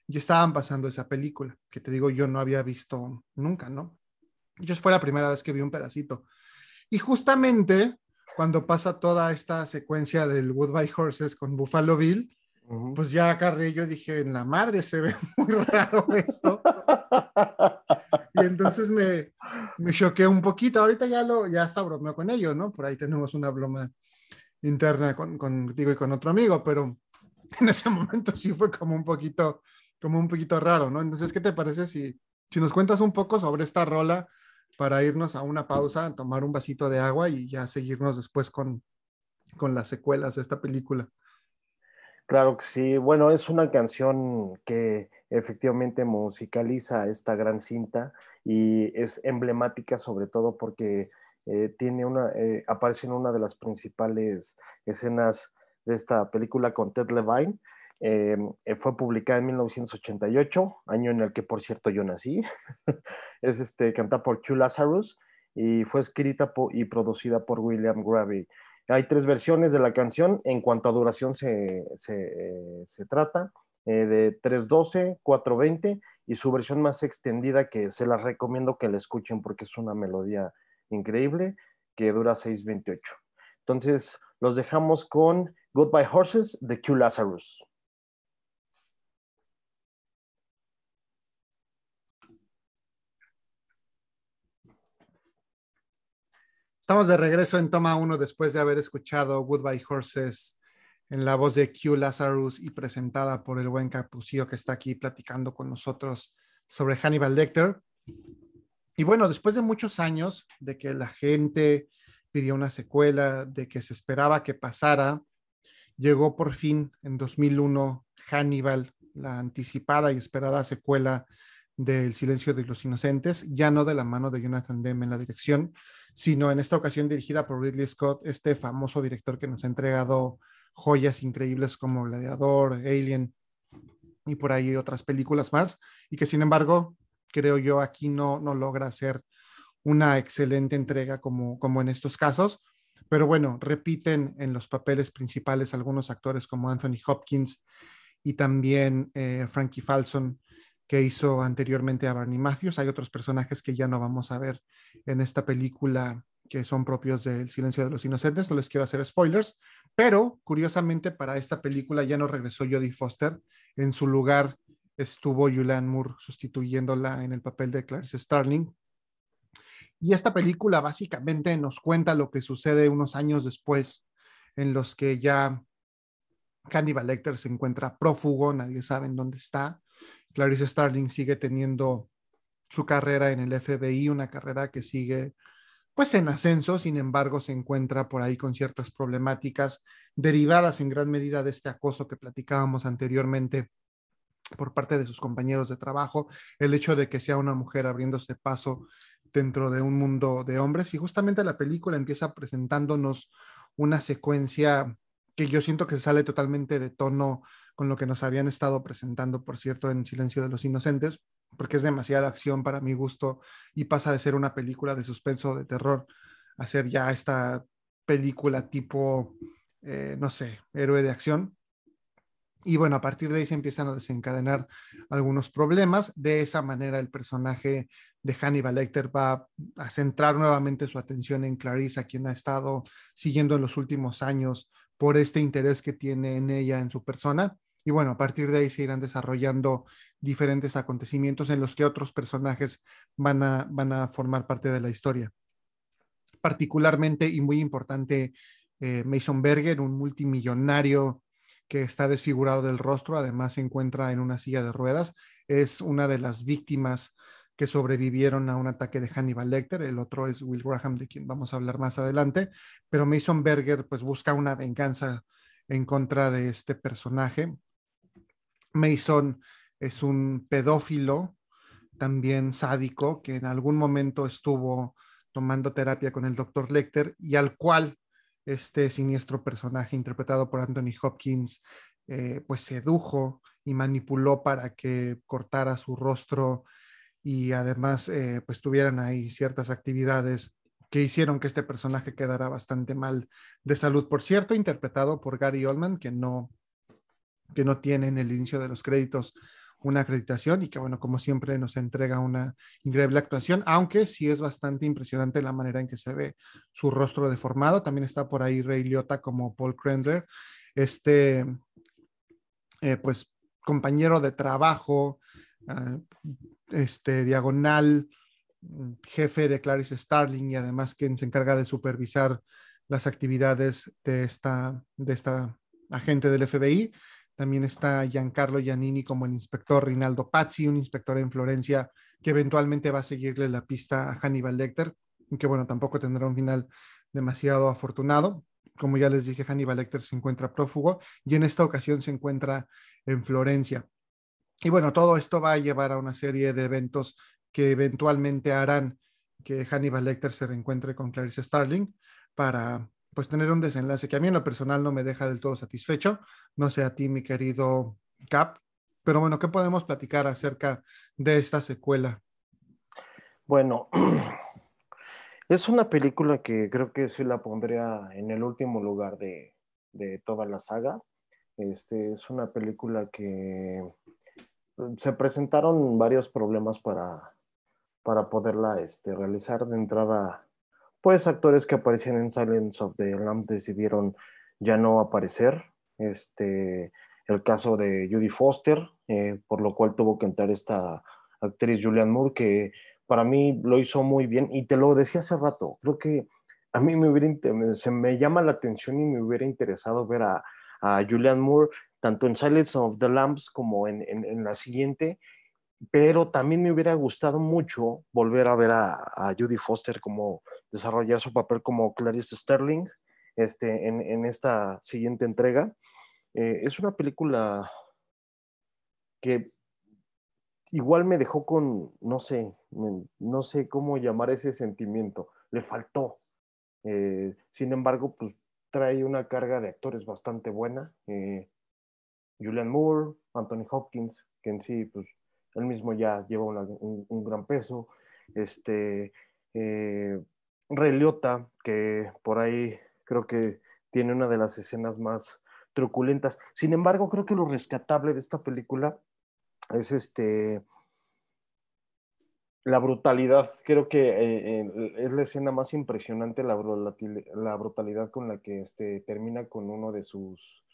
y estaban pasando esa película, que te digo, yo no había visto nunca, ¿no? Yo fue la primera vez que vi un pedacito. Y justamente cuando pasa toda esta secuencia del Goodbye Horses con Buffalo Bill, pues ya agarré, yo dije, en la madre se ve muy raro esto. Y entonces me choqué un poquito. Ahorita ya hasta bromeo con ellos, ¿no? Por ahí tenemos una broma interna contigo y con otro amigo, pero en ese momento sí fue como un poquito raro, ¿no? Entonces, ¿qué te parece si nos cuentas un poco sobre esta rola para irnos a una pausa, tomar un vasito de agua y ya seguirnos después con las secuelas de esta película? Claro que sí. Bueno, es una canción que efectivamente musicaliza esta gran cinta y es emblemática sobre todo porque aparece en una de las principales escenas de esta película con Ted Levine. Fue publicada en 1988, año en el que, por cierto, yo nací. Es cantada por Q Lazarus y fue escrita y producida por William Gravey. Hay tres versiones de la canción en cuanto a duración se trata, de 3:12, 4:20 y su versión más extendida que se las recomiendo que la escuchen porque es una melodía increíble que dura 6:28. Entonces los dejamos con Goodbye Horses de Q Lazarus. Estamos de regreso en toma uno después de haber escuchado Goodbye Horses en la voz de Q Lazarus y presentada por el buen Capuccio que está aquí platicando con nosotros sobre Hannibal Lecter. Y bueno, después de muchos años de que la gente pidió una secuela, de que se esperaba que pasara, llegó por fin en 2001 Hannibal, la anticipada y esperada secuela del Silencio de los Inocentes, ya no de la mano de Jonathan Demme en la dirección, sino en esta ocasión dirigida por Ridley Scott, este famoso director que nos ha entregado joyas increíbles como Gladiador, Alien y por ahí otras películas más, y que sin embargo, creo yo, aquí no logra hacer una excelente entrega como en estos casos. Pero bueno, repiten en los papeles principales algunos actores como Anthony Hopkins y también Frankie Falson, que hizo anteriormente a Barney Matthews. Hay otros personajes que ya no vamos a ver en esta película que son propios del Silencio de los Inocentes, no les quiero hacer spoilers, pero curiosamente para esta película ya no regresó Jodie Foster, en su lugar estuvo Julianne Moore sustituyéndola en el papel de Clarice Starling. Y esta película básicamente nos cuenta lo que sucede unos años después, en los que ya Hannibal Lecter se encuentra prófugo, nadie sabe en dónde está. Clarice Starling sigue teniendo su carrera en el FBI, una carrera que sigue pues en ascenso, sin embargo se encuentra por ahí con ciertas problemáticas derivadas en gran medida de este acoso que platicábamos anteriormente por parte de sus compañeros de trabajo, el hecho de que sea una mujer abriéndose paso dentro de un mundo de hombres y justamente la película empieza presentándonos una secuencia que yo siento que sale totalmente de tono con lo que nos habían estado presentando, por cierto, en Silencio de los Inocentes, porque es demasiada acción para mi gusto y pasa de ser una película de suspenso, de terror, a ser ya esta película tipo, no sé, héroe de acción. Y bueno, a partir de ahí se empiezan a desencadenar algunos problemas. De esa manera el personaje de Hannibal Lecter va a centrar nuevamente su atención en Clarice, a quien ha estado siguiendo en los últimos años por este interés que tiene en ella, en su persona. Y bueno, a partir de ahí se irán desarrollando diferentes acontecimientos en los que otros personajes van a formar parte de la historia. Particularmente y muy importante, Mason Berger, un multimillonario que está desfigurado del rostro, además se encuentra en una silla de ruedas, es una de las víctimas que sobrevivieron a un ataque de Hannibal Lecter, el otro es Will Graham, de quien vamos a hablar más adelante, pero Mason Berger pues busca una venganza en contra de este personaje. Mason es un pedófilo, también sádico, que en algún momento estuvo tomando terapia con el doctor Lecter y al cual este siniestro personaje interpretado por Anthony Hopkins pues sedujo y manipuló para que cortara su rostro y además pues tuvieran ahí ciertas actividades que hicieron que este personaje quedara bastante mal de salud. Por cierto, interpretado por Gary Oldman, que no tiene en el inicio de los créditos una acreditación y que, bueno, como siempre nos entrega una increíble actuación, aunque sí es bastante impresionante la manera en que se ve su rostro deformado. También está por ahí Ray Liotta como Paul Krendler, este, pues, compañero de trabajo, uh, diagonal, jefe de Clarice Starling y además quien se encarga de supervisar las actividades de esta agente del FBI. También está Giancarlo Giannini como el inspector Rinaldo Pazzi, un inspector en Florencia que eventualmente va a seguirle la pista a Hannibal Lecter, que bueno, tampoco tendrá un final demasiado afortunado. Como ya les dije, Hannibal Lecter se encuentra prófugo y en esta ocasión se encuentra en Florencia. Y bueno, todo esto va a llevar a una serie de eventos que eventualmente harán que Hannibal Lecter se reencuentre con Clarice Starling para pues tener un desenlace que a mí en lo personal no me deja del todo satisfecho. No sé a ti, mi querido Cap, pero bueno, ¿qué podemos platicar acerca de esta secuela? Bueno, es una película que creo que sí la pondría en el último lugar de toda la saga. Es una película que se presentaron varios problemas para poderla realizar. De entrada, pues actores que aparecían en Silence of the Lambs decidieron ya no aparecer. El caso de Judy Foster, por lo cual tuvo que entrar esta actriz Julianne Moore, que para mí lo hizo muy bien. Y te lo decía hace rato, creo que a mí se me llama la atención y me hubiera interesado ver a Julianne Moore tanto en Silence of the Lambs como en la siguiente, pero también me hubiera gustado mucho volver a ver a Judy Foster como desarrollar su papel como Clarice Sterling en esta siguiente entrega. Es una película que igual me dejó con, no sé cómo llamar ese sentimiento, le faltó. Sin embargo, pues trae una carga de actores bastante buena. Julianne Moore, Anthony Hopkins, que en sí, pues él mismo ya lleva un gran peso. Este, eh, Ray Liotta, que por ahí creo que tiene una de las escenas más truculentas. Sin embargo, creo que lo rescatable de esta película es la brutalidad. Creo que es la escena más impresionante, la brutalidad con la que termina con uno de sus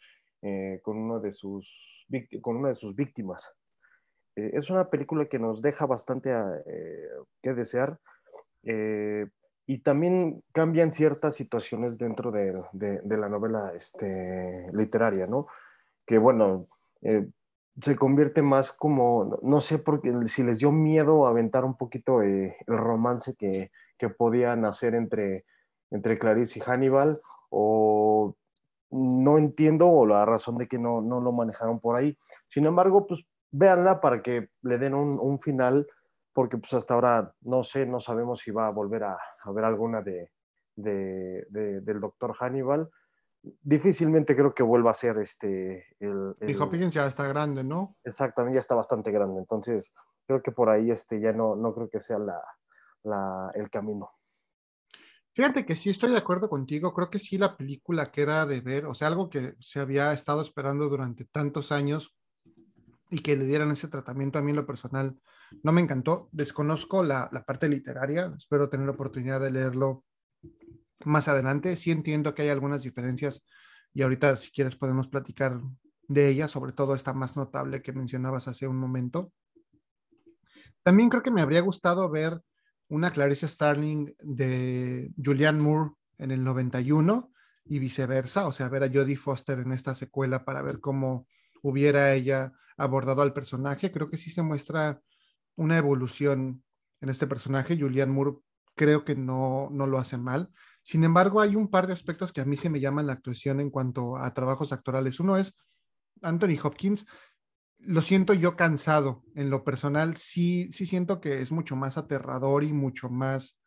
con una de sus víctimas. Es una película que nos deja bastante que desear, eh, y también cambian ciertas situaciones dentro de la novela literaria, ¿no? Que bueno, eh, se convierte más como, no sé por qué, si les dio miedo aventar un poquito el romance que podían hacer entre Clarice y Hannibal, o no entiendo o la razón de que no lo manejaron por ahí. Sin embargo, pues véanla para que le den un final, porque pues hasta ahora no sé, no sabemos si va a volver a ver alguna del Doctor Hannibal. Difícilmente creo que vuelva a ser Y Hopkins ya está grande, ¿no? exactamente, ya está bastante grande, entonces creo que por ahí ya no creo que sea el camino. Fíjate que sí estoy de acuerdo contigo, creo que sí la película queda de ver, o sea, algo que se había estado esperando durante tantos años y que le dieran ese tratamiento a mí en lo personal no me encantó. Desconozco la parte literaria, espero tener la oportunidad de leerlo más adelante. Sí entiendo que hay algunas diferencias y ahorita si quieres podemos platicar de ellas, sobre todo esta más notable que mencionabas hace un momento. También creo que me habría gustado ver una Clarice Starling de Julianne Moore en el 91 y viceversa, o sea, ver a Jodie Foster en esta secuela para ver cómo hubiera ella abordado al personaje. Creo que sí se muestra una evolución en este personaje. Julianne Moore creo que no lo hace mal. Sin embargo, hay un par de aspectos que a mí se me llaman la actuación en cuanto a trabajos actorales. Uno es Anthony Hopkins, lo siento yo cansado. En lo personal, sí siento que es mucho más aterrador y mucho más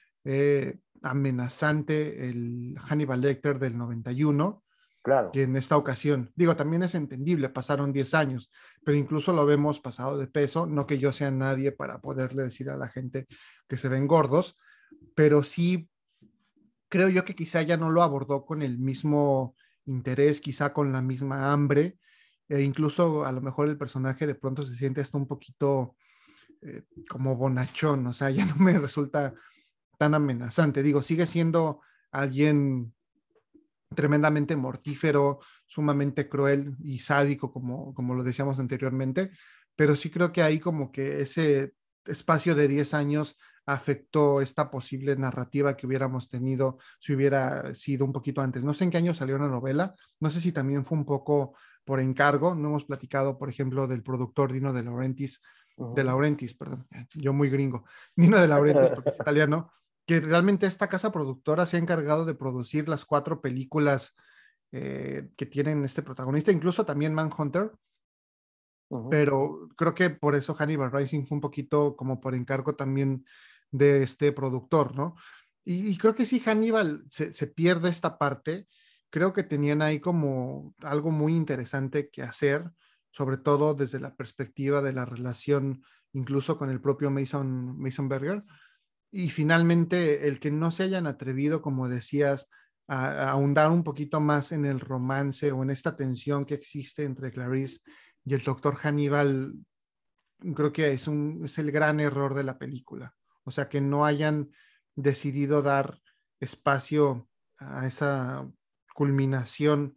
amenazante el Hannibal Lecter del 91 Claro, que en esta ocasión. Digo, también es entendible, pasaron 10 años, pero incluso lo vemos pasado de peso, no que yo sea nadie para poderle decir a la gente que se ven gordos, pero sí creo yo que quizá ya no lo abordó con el mismo interés, quizá con la misma hambre, e incluso a lo mejor el personaje de pronto se siente hasta un poquito como bonachón, o sea, ya no me resulta tan amenazante. Digo, sigue siendo alguien tremendamente mortífero, sumamente cruel y sádico, como lo decíamos anteriormente, pero sí creo que ahí como que ese espacio de 10 años afectó esta posible narrativa que hubiéramos tenido si hubiera sido un poquito antes. No sé en qué año salió la novela, no sé si también fue un poco por encargo, no hemos platicado, por ejemplo, del productor Dino de Laurentiis, perdón, yo muy gringo, Dino de Laurentiis porque es italiano, que realmente esta casa productora se ha encargado de producir las 4 películas que tienen este protagonista, incluso también Manhunter, pero creo que por eso Hannibal Rising fue un poquito como por encargo también de este productor, ¿no? Y creo que si Hannibal se pierde esta parte, creo que tenían ahí como algo muy interesante que hacer, sobre todo desde la perspectiva de la relación incluso con el propio Mason Berger, y finalmente, el que no se hayan atrevido, como decías, a ahondar un poquito más en el romance o en esta tensión que existe entre Clarice y el doctor Hannibal, creo que es el gran error de la película. O sea, que no hayan decidido dar espacio a esa culminación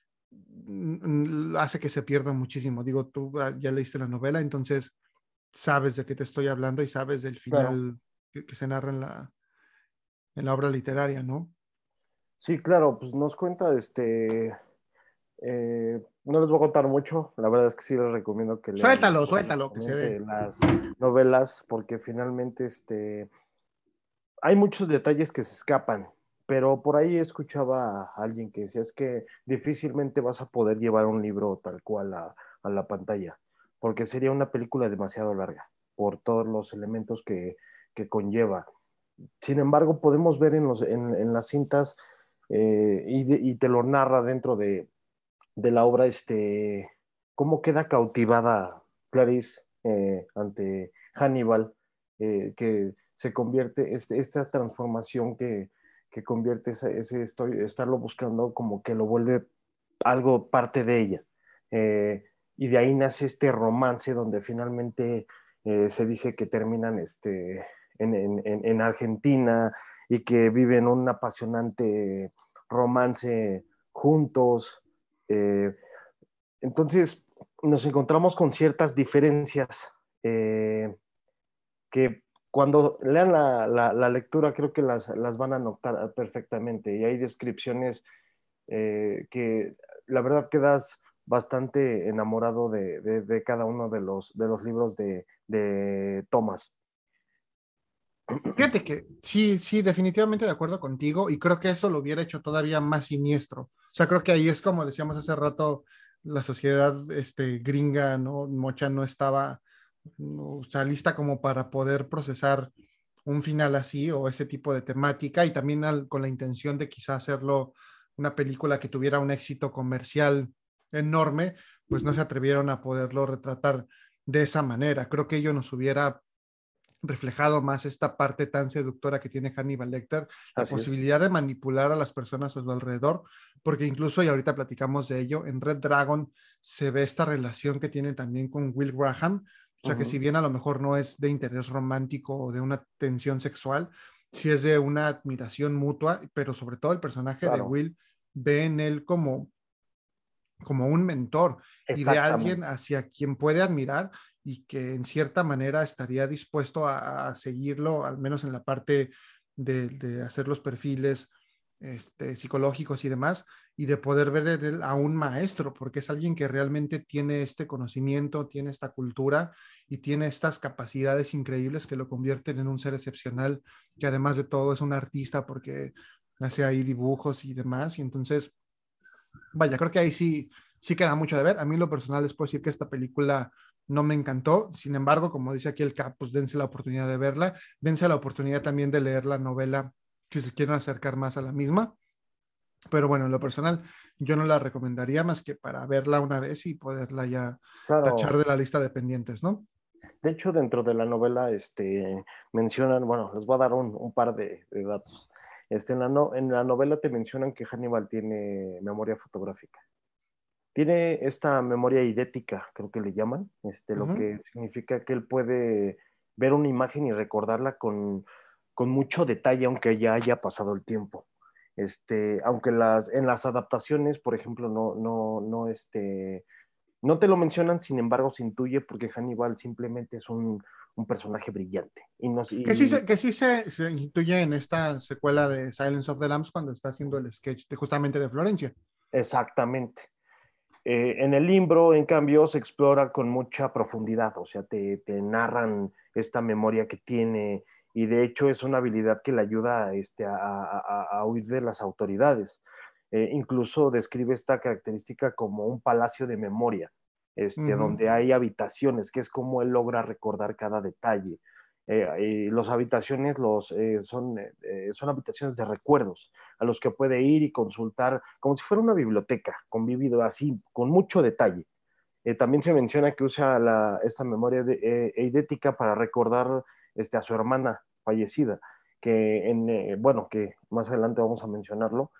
hace que se pierda muchísimo. Digo, tú ya leíste la novela, entonces sabes de qué te estoy hablando y sabes del Claro. final que se narra en la obra literaria, ¿no? Sí, claro, pues nos cuenta, no les voy a contar mucho, la verdad es que sí les recomiendo que lean Suéltalo, que se solamente dé. las novelas, porque finalmente, hay muchos detalles que se escapan, pero por ahí escuchaba a alguien que decía, es que difícilmente vas a poder llevar un libro tal cual a la pantalla, porque sería una película demasiado larga, por todos los elementos que conlleva. Sin embargo, podemos ver en las cintas y te lo narra dentro de la obra, cómo queda cautivada Clarice ante Hannibal, que se convierte, esta transformación que convierte estarlo buscando como que lo vuelve algo parte de ella. Eh, y de ahí nace este romance donde finalmente se dice que terminan en Argentina y que viven un apasionante romance juntos. Eh, entonces nos encontramos con ciertas diferencias que cuando lean la lectura creo que las van a notar perfectamente y hay descripciones que la verdad quedas bastante enamorado de cada uno de los libros de Thomas. Fíjate que sí, sí, definitivamente de acuerdo contigo y creo que eso lo hubiera hecho todavía más siniestro. O sea, creo que ahí es como decíamos hace rato, la sociedad gringa, ¿no? Mocha no estaba, no, o sea, lista como para poder procesar un final así o ese tipo de temática y también con la intención de quizá hacerlo una película que tuviera un éxito comercial enorme, pues no se atrevieron a poderlo retratar de esa manera. Creo que ello nos hubiera reflejado más esta parte tan seductora que tiene Hannibal Lecter, la Así es. posibilidad de manipular a las personas a su alrededor, porque incluso, y ahorita platicamos de ello, en Red Dragon se ve esta relación que tiene también con Will Graham, o sea que si bien a lo mejor no es de interés romántico o de una tensión sexual, sí es de una admiración mutua, pero sobre todo el personaje de Claro, Will ve en él como un mentor y de alguien exactamente. hacia quien puede admirar y que en cierta manera estaría dispuesto seguirlo, al menos en la parte de hacer los perfiles psicológicos y demás, y de poder ver en él a un maestro, porque es alguien que realmente tiene este conocimiento, tiene esta cultura y tiene estas capacidades increíbles que lo convierten en un ser excepcional, que además de todo es un artista porque hace ahí dibujos y demás, y entonces vaya, creo que ahí sí, sí queda mucho de ver. A mí lo personal les puedo decir que esta película no me encantó. Sin embargo, como dice aquí el Cap, pues dense la oportunidad de verla. Dense la oportunidad también de leer la novela si se quieren acercar más a la misma. Pero bueno, en lo personal, yo no la recomendaría más que para verla una vez y poderla ya tachar Claro, de la lista de pendientes, ¿no? de hecho dentro de la novela mencionan, bueno, les voy a dar un par de datos. En la novela te mencionan que Hannibal tiene memoria fotográfica. Tiene esta memoria eidética, creo que le llaman, lo Ujú. que significa que él puede ver una imagen y recordarla con mucho detalle, aunque ya haya pasado el tiempo. Aunque en las adaptaciones, por ejemplo, no te lo mencionan, sin embargo, se intuye porque Hannibal simplemente es un personaje brillante. Que sí se intuye en esta secuela de Silence of the Lambs cuando está haciendo el sketch justamente de Florencia. Exactamente. En el libro, en cambio, se explora con mucha profundidad, o sea, te narran esta memoria que tiene y de hecho es una habilidad que le ayuda a huir de las autoridades. Incluso describe esta característica como un palacio de memoria, Ujú. donde hay habitaciones, que es como él logra recordar cada detalle. Las habitaciones son habitaciones de recuerdos a los que puede ir y consultar como si fuera una biblioteca, convivido así, con mucho detalle. También se menciona que usa esta memoria eidética para recordar a su hermana fallecida, bueno, que más adelante vamos a mencionarlo,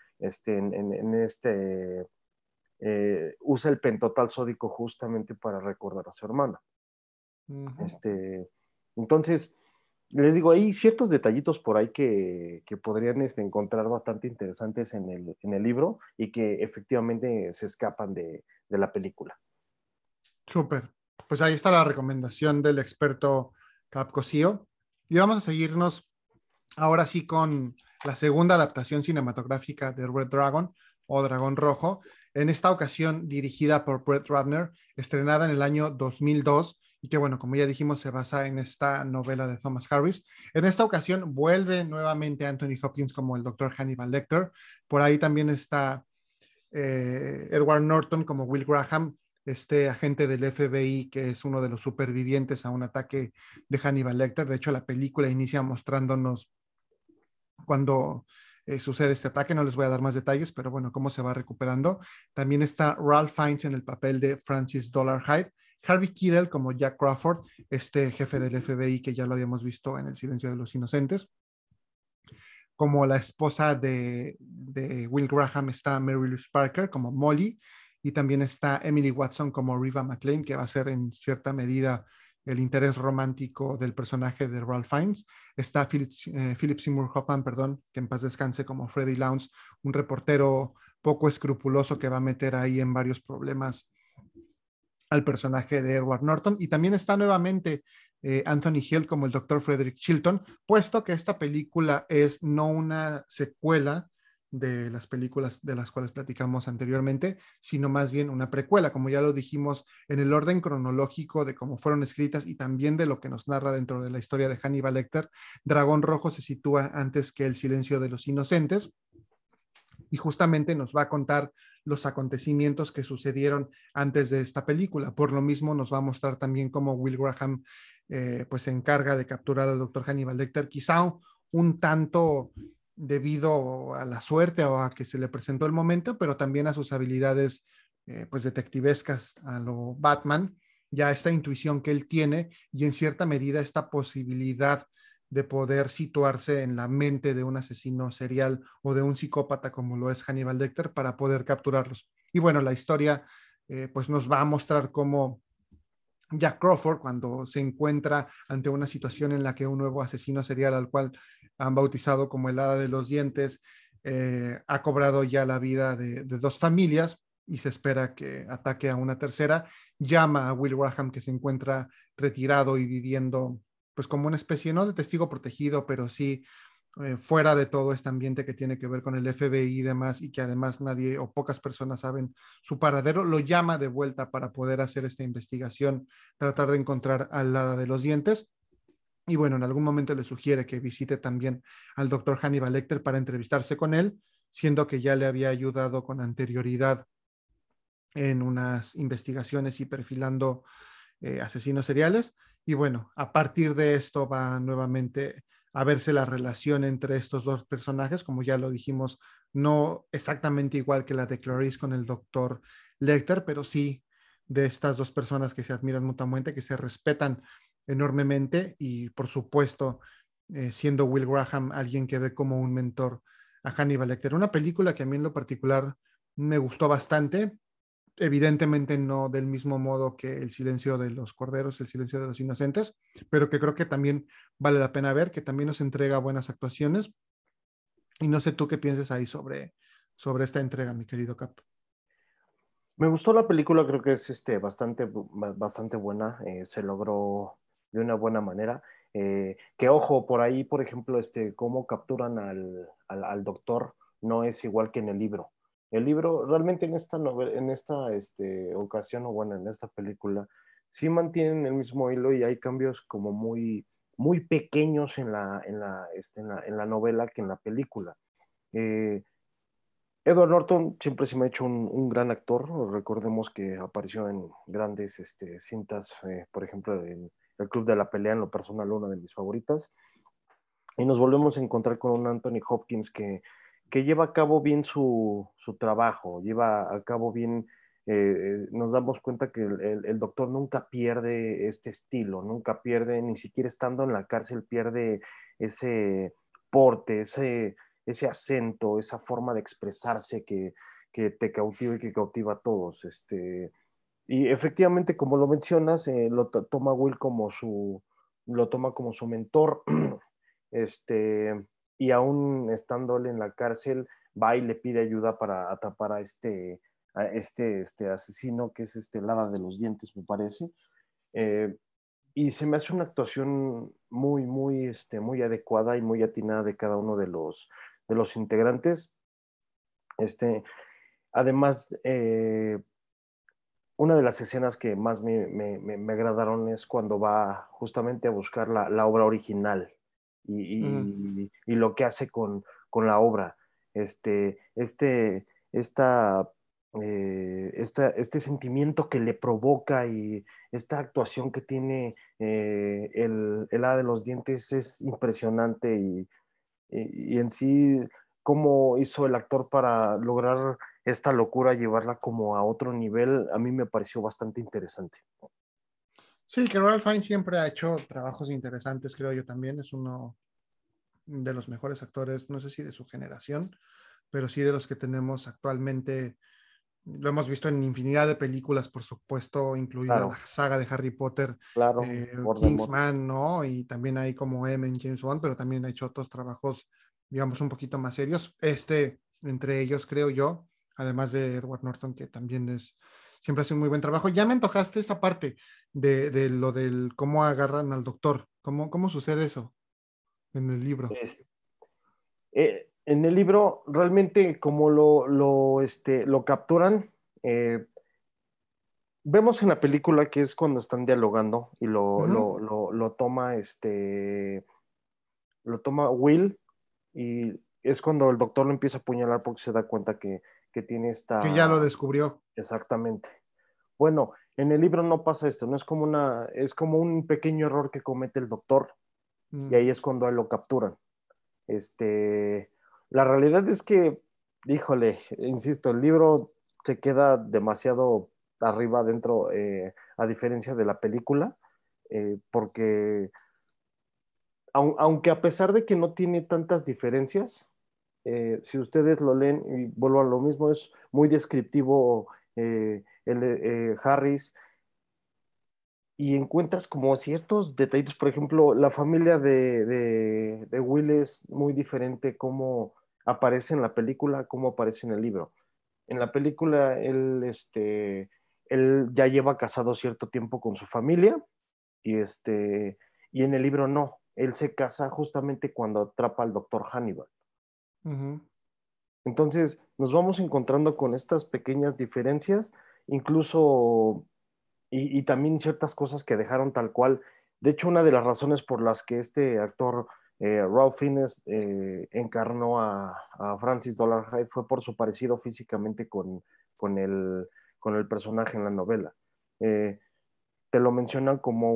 usa el pentotal sódico justamente para recordar a su hermana. Ujú. Este, entonces, les digo, hay ciertos detallitos por ahí que podrían encontrar bastante interesantes en el libro y que efectivamente se escapan de la película. Súper. Pues ahí está la recomendación del experto Capcosío. Y vamos a seguirnos ahora sí con la segunda adaptación cinematográfica de Red Dragon o Dragón Rojo, en esta ocasión dirigida por Brett Ratner, estrenada en el año 2002 y que bueno, como ya dijimos, se basa en esta novela de Thomas Harris. En esta ocasión vuelve nuevamente Anthony Hopkins como el doctor Hannibal Lecter. Por ahí también está Edward Norton como Will Graham, este agente del FBI que es uno de los supervivientes a un ataque de Hannibal Lecter. De hecho, la película inicia mostrándonos cuando sucede este ataque. No les voy a dar más detalles, pero bueno, cómo se va recuperando. También está Ralph Fiennes en el papel de Francis Dolarhyde, Harvey Keitel como Jack Crawford, este jefe del FBI que ya lo habíamos visto en El Silencio de los Inocentes. Como la esposa de Will Graham está Mary Louise Parker como Molly, y también está Emily Watson como Riva McLean, que va a ser en cierta medida el interés romántico del personaje de Ralph Fiennes. Está Philip Seymour Hoffman, perdón, que en paz descanse, como Freddy Lounge, un reportero poco escrupuloso que va a meter ahí en varios problemas al personaje de Edward Norton. Y también está nuevamente Anthony Hill como el doctor Frederick Chilton, puesto que esta película es no una secuela de las películas de las cuales platicamos anteriormente, sino más bien una precuela, como ya lo dijimos, en el orden cronológico de cómo fueron escritas y también de lo que nos narra dentro de la historia de Hannibal Lecter. Dragón Rojo se sitúa antes que El Silencio de los Inocentes, y justamente nos va a contar los acontecimientos que sucedieron antes de esta película. Por lo mismo nos va a mostrar también cómo Will Graham pues se encarga de capturar al doctor Hannibal Lecter, quizá un tanto debido a la suerte o a que se le presentó el momento, pero también a sus habilidades pues detectivescas a lo Batman, ya esta intuición que él tiene y en cierta medida esta posibilidad de poder situarse en la mente de un asesino serial o de un psicópata como lo es Hannibal Lecter para poder capturarlos. Y bueno, la historia pues nos va a mostrar cómo Jack Crawford, cuando se encuentra ante una situación en la que un nuevo asesino serial al cual han bautizado como el Hada de los Dientes, ha cobrado ya la vida de dos familias y se espera que ataque a una tercera, llama a Will Graham, que se encuentra retirado y viviendo pues como una especie, no de testigo protegido, pero sí fuera de todo este ambiente que tiene que ver con el FBI y demás, y que además nadie o pocas personas saben su paradero, lo llama de vuelta para poder hacer esta investigación, tratar de encontrar al Hada de los Dientes. Y bueno, en algún momento le sugiere que visite también al doctor Hannibal Lecter para entrevistarse con él, siendo que ya le había ayudado con anterioridad en unas investigaciones y perfilando asesinos seriales. Y bueno, a partir de esto va nuevamente a verse la relación entre estos dos personajes, como ya lo dijimos, no exactamente igual que la de Clarice con el doctor Lecter, pero sí de estas dos personas que se admiran mutuamente, que se respetan enormemente y por supuesto, siendo Will Graham alguien que ve como un mentor a Hannibal Lecter. Una película que a mí en lo particular me gustó bastante, evidentemente no del mismo modo que El silencio de los corderos, El silencio de los inocentes, pero que creo que también vale la pena ver, que también nos entrega buenas actuaciones. Y no sé tú qué pienses ahí sobre esta entrega, mi querido Cap. Me gustó la película, creo que es bastante buena, se logró de una buena manera. Que ojo, por ahí, por ejemplo, cómo capturan al doctor no es igual que en el libro. El libro, realmente en esta novela, en esta ocasión, o bueno, en esta película, sí mantienen el mismo hilo y hay cambios como muy pequeños en la novela que en la película. Eh, Edward Norton siempre se me ha hecho un gran actor. Recordemos que apareció en grandes cintas, por ejemplo, en El Club de la Pelea, en lo personal, una de mis favoritas. Y nos volvemos a encontrar con un Anthony Hopkins que lleva a cabo bien su trabajo, lleva a cabo bien, nos damos cuenta que el doctor nunca pierde este estilo, nunca pierde, ni siquiera estando en la cárcel, pierde ese porte, ese acento, esa forma de expresarse que te cautiva y que cautiva a todos. Y efectivamente, como lo mencionas, toma Will lo toma como su mentor, este, y aún estando él en la cárcel, va y le pide ayuda para atrapar a este asesino, que es el hada de los dientes, me parece. Eh, y se me hace una actuación muy adecuada y muy atinada de cada uno de los integrantes. Este, Además, una de las escenas que más me agradaron es cuando va justamente a buscar la obra original Uh y lo que hace con la obra. Este, este, esta, este sentimiento que le provoca y esta actuación que tiene el hada de los dientes es impresionante y en sí cómo hizo el actor para lograr esta locura, llevarla como a otro nivel, a mí me pareció bastante interesante. Sí, que Ralph Fiennes siempre ha hecho trabajos interesantes, creo yo también. Es uno de los mejores actores, no sé si de su generación, pero sí de los que tenemos actualmente. Lo hemos visto en infinidad de películas, por supuesto, incluida la Claro, saga de Harry Potter, claro, Voldemort. Kingsman, ¿no? Y también hay como M en James Bond, pero también ha hecho otros trabajos, digamos, un poquito más serios. Entre ellos, creo yo, además de Edward Norton, que también siempre hace un muy buen trabajo. Ya me antojaste esa parte de lo del cómo agarran al doctor, cómo sucede eso en el libro. Es- en el libro, realmente, como lo capturan, eh, vemos en la película que es cuando están dialogando y Ujú. lo toma Will y es cuando el doctor lo empieza a apuñalar porque se da cuenta que tiene Que ya lo esta. descubrió. Exactamente. Bueno, en el libro no pasa esto, no es como es como un pequeño error que comete el doctor y Mm. ahí es cuando a él lo capturan. Este, la realidad es que, híjole, insisto, el libro se queda demasiado arriba dentro, a diferencia de la película, porque aunque a pesar de que no tiene tantas diferencias, si ustedes lo leen, y vuelvo a lo mismo, es muy descriptivo Harris, y encuentras como ciertos detallitos, por ejemplo, la familia de Will es muy diferente cómo aparece en la película, cómo aparece en el libro. En la película, él ya lleva casado cierto tiempo con su familia y en el libro no. Él se casa justamente cuando atrapa al doctor Hannibal. Ujú. Entonces, nos vamos encontrando con estas pequeñas diferencias, incluso, y también ciertas cosas que dejaron tal cual. De hecho, una de las razones por las que este actor, Ralph Fiennes, encarnó a Francis Dolarhyde fue por su parecido físicamente con el personaje en la novela. Eh, Te lo mencionan como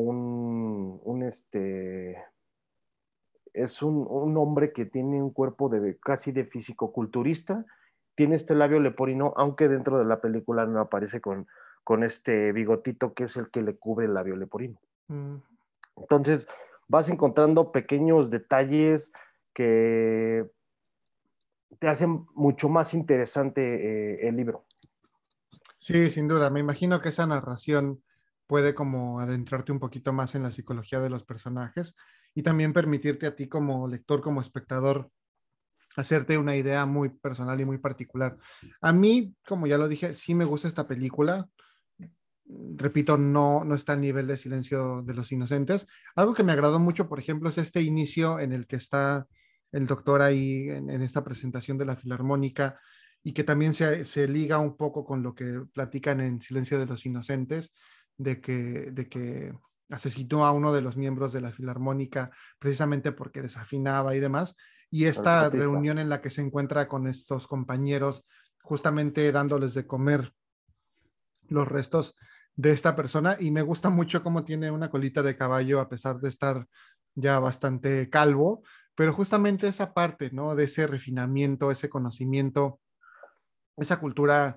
es un hombre que tiene un cuerpo casi de físico-culturista, tiene este labio leporino, aunque dentro de la película no aparece con este bigotito que es el que le cubre el labio leporino. Mm. Entonces, vas encontrando pequeños detalles que te hacen mucho más interesante el libro. Sí, sin duda. Me imagino que esa narración puede como adentrarte un poquito más en la psicología de los personajes y también permitirte a ti como lector, como espectador, hacerte una idea muy personal y muy particular. A mí, como ya lo dije, sí me gusta esta película. Repito, no está al nivel de Silencio de los Inocentes. Algo que me agradó mucho, por ejemplo, es este inicio en el que está el doctor ahí en esta presentación de la Filarmónica y que también se liga un poco con lo que platican en Silencio de los Inocentes, de que asesinó a uno de los miembros de la Filarmónica precisamente porque desafinaba y demás. Y El esta flautista. reunión en la que se encuentra con estos compañeros, justamente dándoles de comer los restos de esta persona y me gusta mucho cómo tiene una colita de caballo a pesar de estar ya bastante calvo, pero justamente esa parte, ¿no? De ese refinamiento, ese conocimiento, esa cultura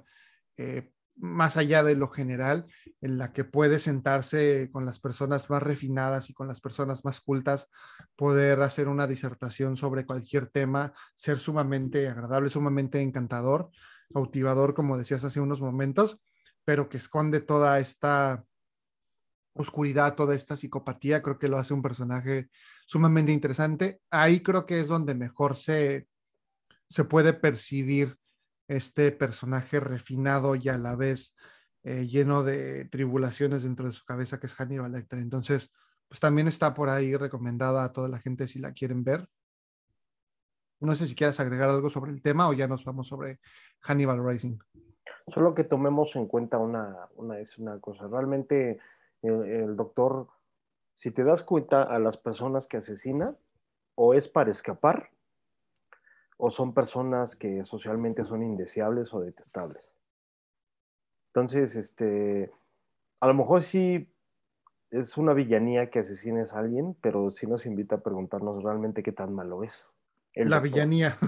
más allá de lo general, en la que puede sentarse con las personas más refinadas y con las personas más cultas, poder hacer una disertación sobre cualquier tema, ser sumamente agradable, sumamente encantador, cautivador, como decías hace unos momentos, pero que esconde toda esta oscuridad, toda esta psicopatía, creo que lo hace un personaje sumamente interesante. Ahí creo que es donde mejor se puede percibir este personaje refinado y a la vez lleno de tribulaciones dentro de su cabeza, que es Hannibal Lecter. Entonces, pues también está por ahí recomendada a toda la gente si la quieren ver. No sé si quieras agregar algo sobre el tema o ya nos vamos sobre Hannibal Rising. Solo que tomemos en cuenta es una cosa. Realmente el doctor, si te das cuenta, a las personas que asesina, o es para escapar, o son personas que socialmente son indeseables o detestables. Entonces, a lo mejor sí es una villanía que asesines a alguien, pero sí nos invita a preguntarnos realmente qué tan malo es el La doctor. villanía.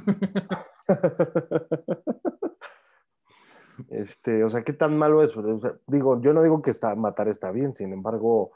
O sea, qué tan malo es. O sea, digo, yo no digo que matar está bien, sin embargo,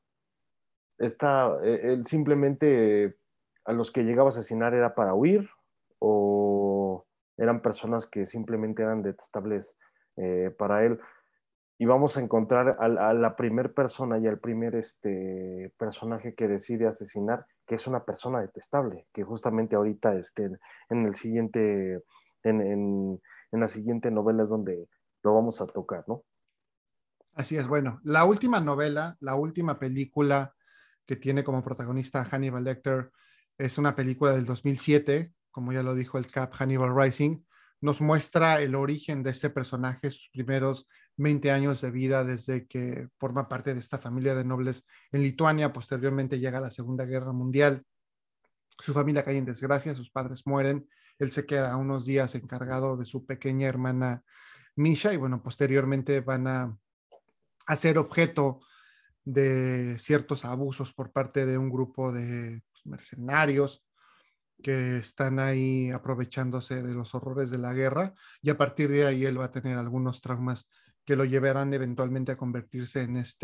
él simplemente a los que llegaba a asesinar era para huir o eran personas que simplemente eran detestables para él. Y vamos a encontrar a la primer persona y al primer personaje que decide asesinar, que es una persona detestable, que justamente ahorita en el siguiente, en, en, en la siguiente novela es donde lo vamos a tocar, ¿no? Así es, bueno, la última novela, la última película que tiene como protagonista Hannibal Lecter es una película del 2007, como ya lo dijo el Cap, Hannibal Rising, nos muestra el origen de este personaje, sus primeros 20 años de vida desde que forma parte de esta familia de nobles en Lituania, posteriormente llega a la Segunda Guerra Mundial, su familia cae en desgracia, sus padres mueren, él se queda unos días encargado de su pequeña hermana Misha y bueno, posteriormente van a ser objeto de ciertos abusos por parte de un grupo de pues, mercenarios que están ahí aprovechándose de los horrores de la guerra y a partir de ahí él va a tener algunos traumas que lo llevarán eventualmente a convertirse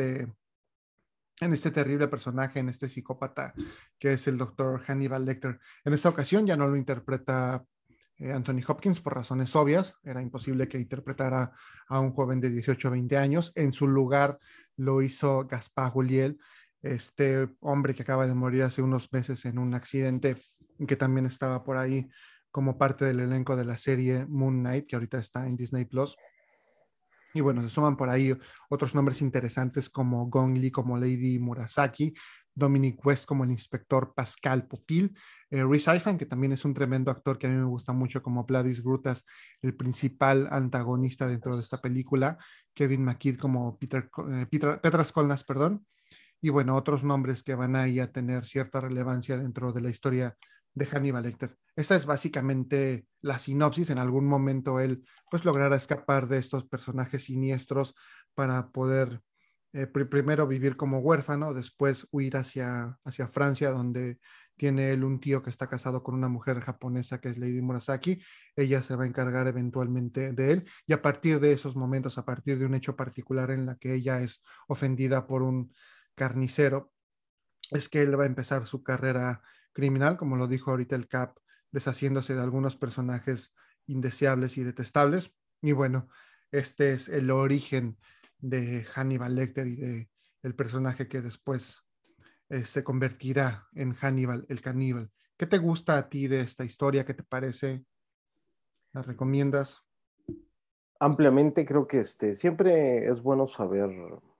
en este terrible personaje, en este psicópata que es el doctor Hannibal Lecter. En esta ocasión ya no lo interpreta Anthony Hopkins por razones obvias, era imposible que interpretara a un joven de 18 o 20 años, en su lugar lo hizo Gaspar Ulliel, este hombre que acaba de morir hace unos meses en un accidente que también estaba por ahí como parte del elenco de la serie Moon Knight, que ahorita está en Disney Plus. Y bueno, se suman por ahí otros nombres interesantes como Gong Li como Lady Murasaki, Dominic West como el inspector Pascal Popil, Rhys Ifan, que también es un tremendo actor que a mí me gusta mucho como Gladys Grutas, el principal antagonista dentro de esta película, Kevin McKidd como Petras Colnas, perdón, y bueno, otros nombres que van ahí a tener cierta relevancia dentro de la historia de Hannibal Lecter. Esta es básicamente la sinopsis. En algún momento él pues logrará escapar de estos personajes siniestros para poder primero vivir como huérfano, después huir hacia Francia, donde tiene él un tío que está casado con una mujer japonesa que es Lady Murasaki. Ella se va a encargar eventualmente de él y a partir de esos momentos, a partir de un hecho particular en la que ella es ofendida por un carnicero, es que él va a empezar su carrera criminal, como lo dijo ahorita el Cap, deshaciéndose de algunos personajes indeseables y detestables. Y bueno, este es el origen de Hannibal Lecter y de el personaje que después se convertirá en Hannibal, el caníbal. ¿Qué te gusta a ti de esta historia? ¿Qué te parece? ¿La recomiendas? Ampliamente creo que siempre es bueno saber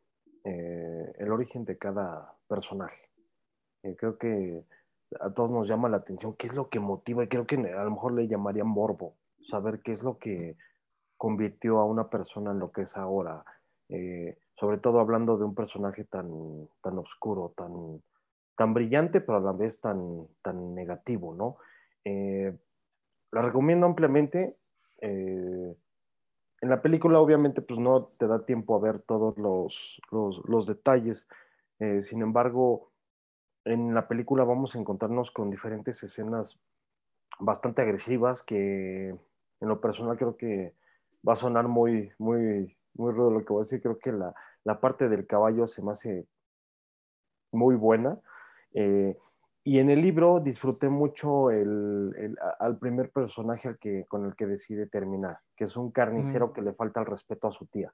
el origen de cada personaje. Creo que a todos nos llama la atención qué es lo que motiva, y creo que a lo mejor le llamaría morbo, saber qué es lo que convirtió a una persona en lo que es ahora. Sobre todo hablando de un personaje tan oscuro, tan brillante, pero a la vez tan negativo, ¿no? Eh, la recomiendo ampliamente. Eh, en la película, obviamente, pues no te da tiempo a ver todos los detalles. Sin embargo, en la película vamos a encontrarnos con diferentes escenas bastante agresivas que en lo personal creo que va a sonar muy rudo lo que voy a decir. Creo que la parte del caballo se me hace muy buena. Eh, y en el libro disfruté mucho al primer personaje con el que decide terminar, que es un Mm. carnicero que le falta el respeto a su tía,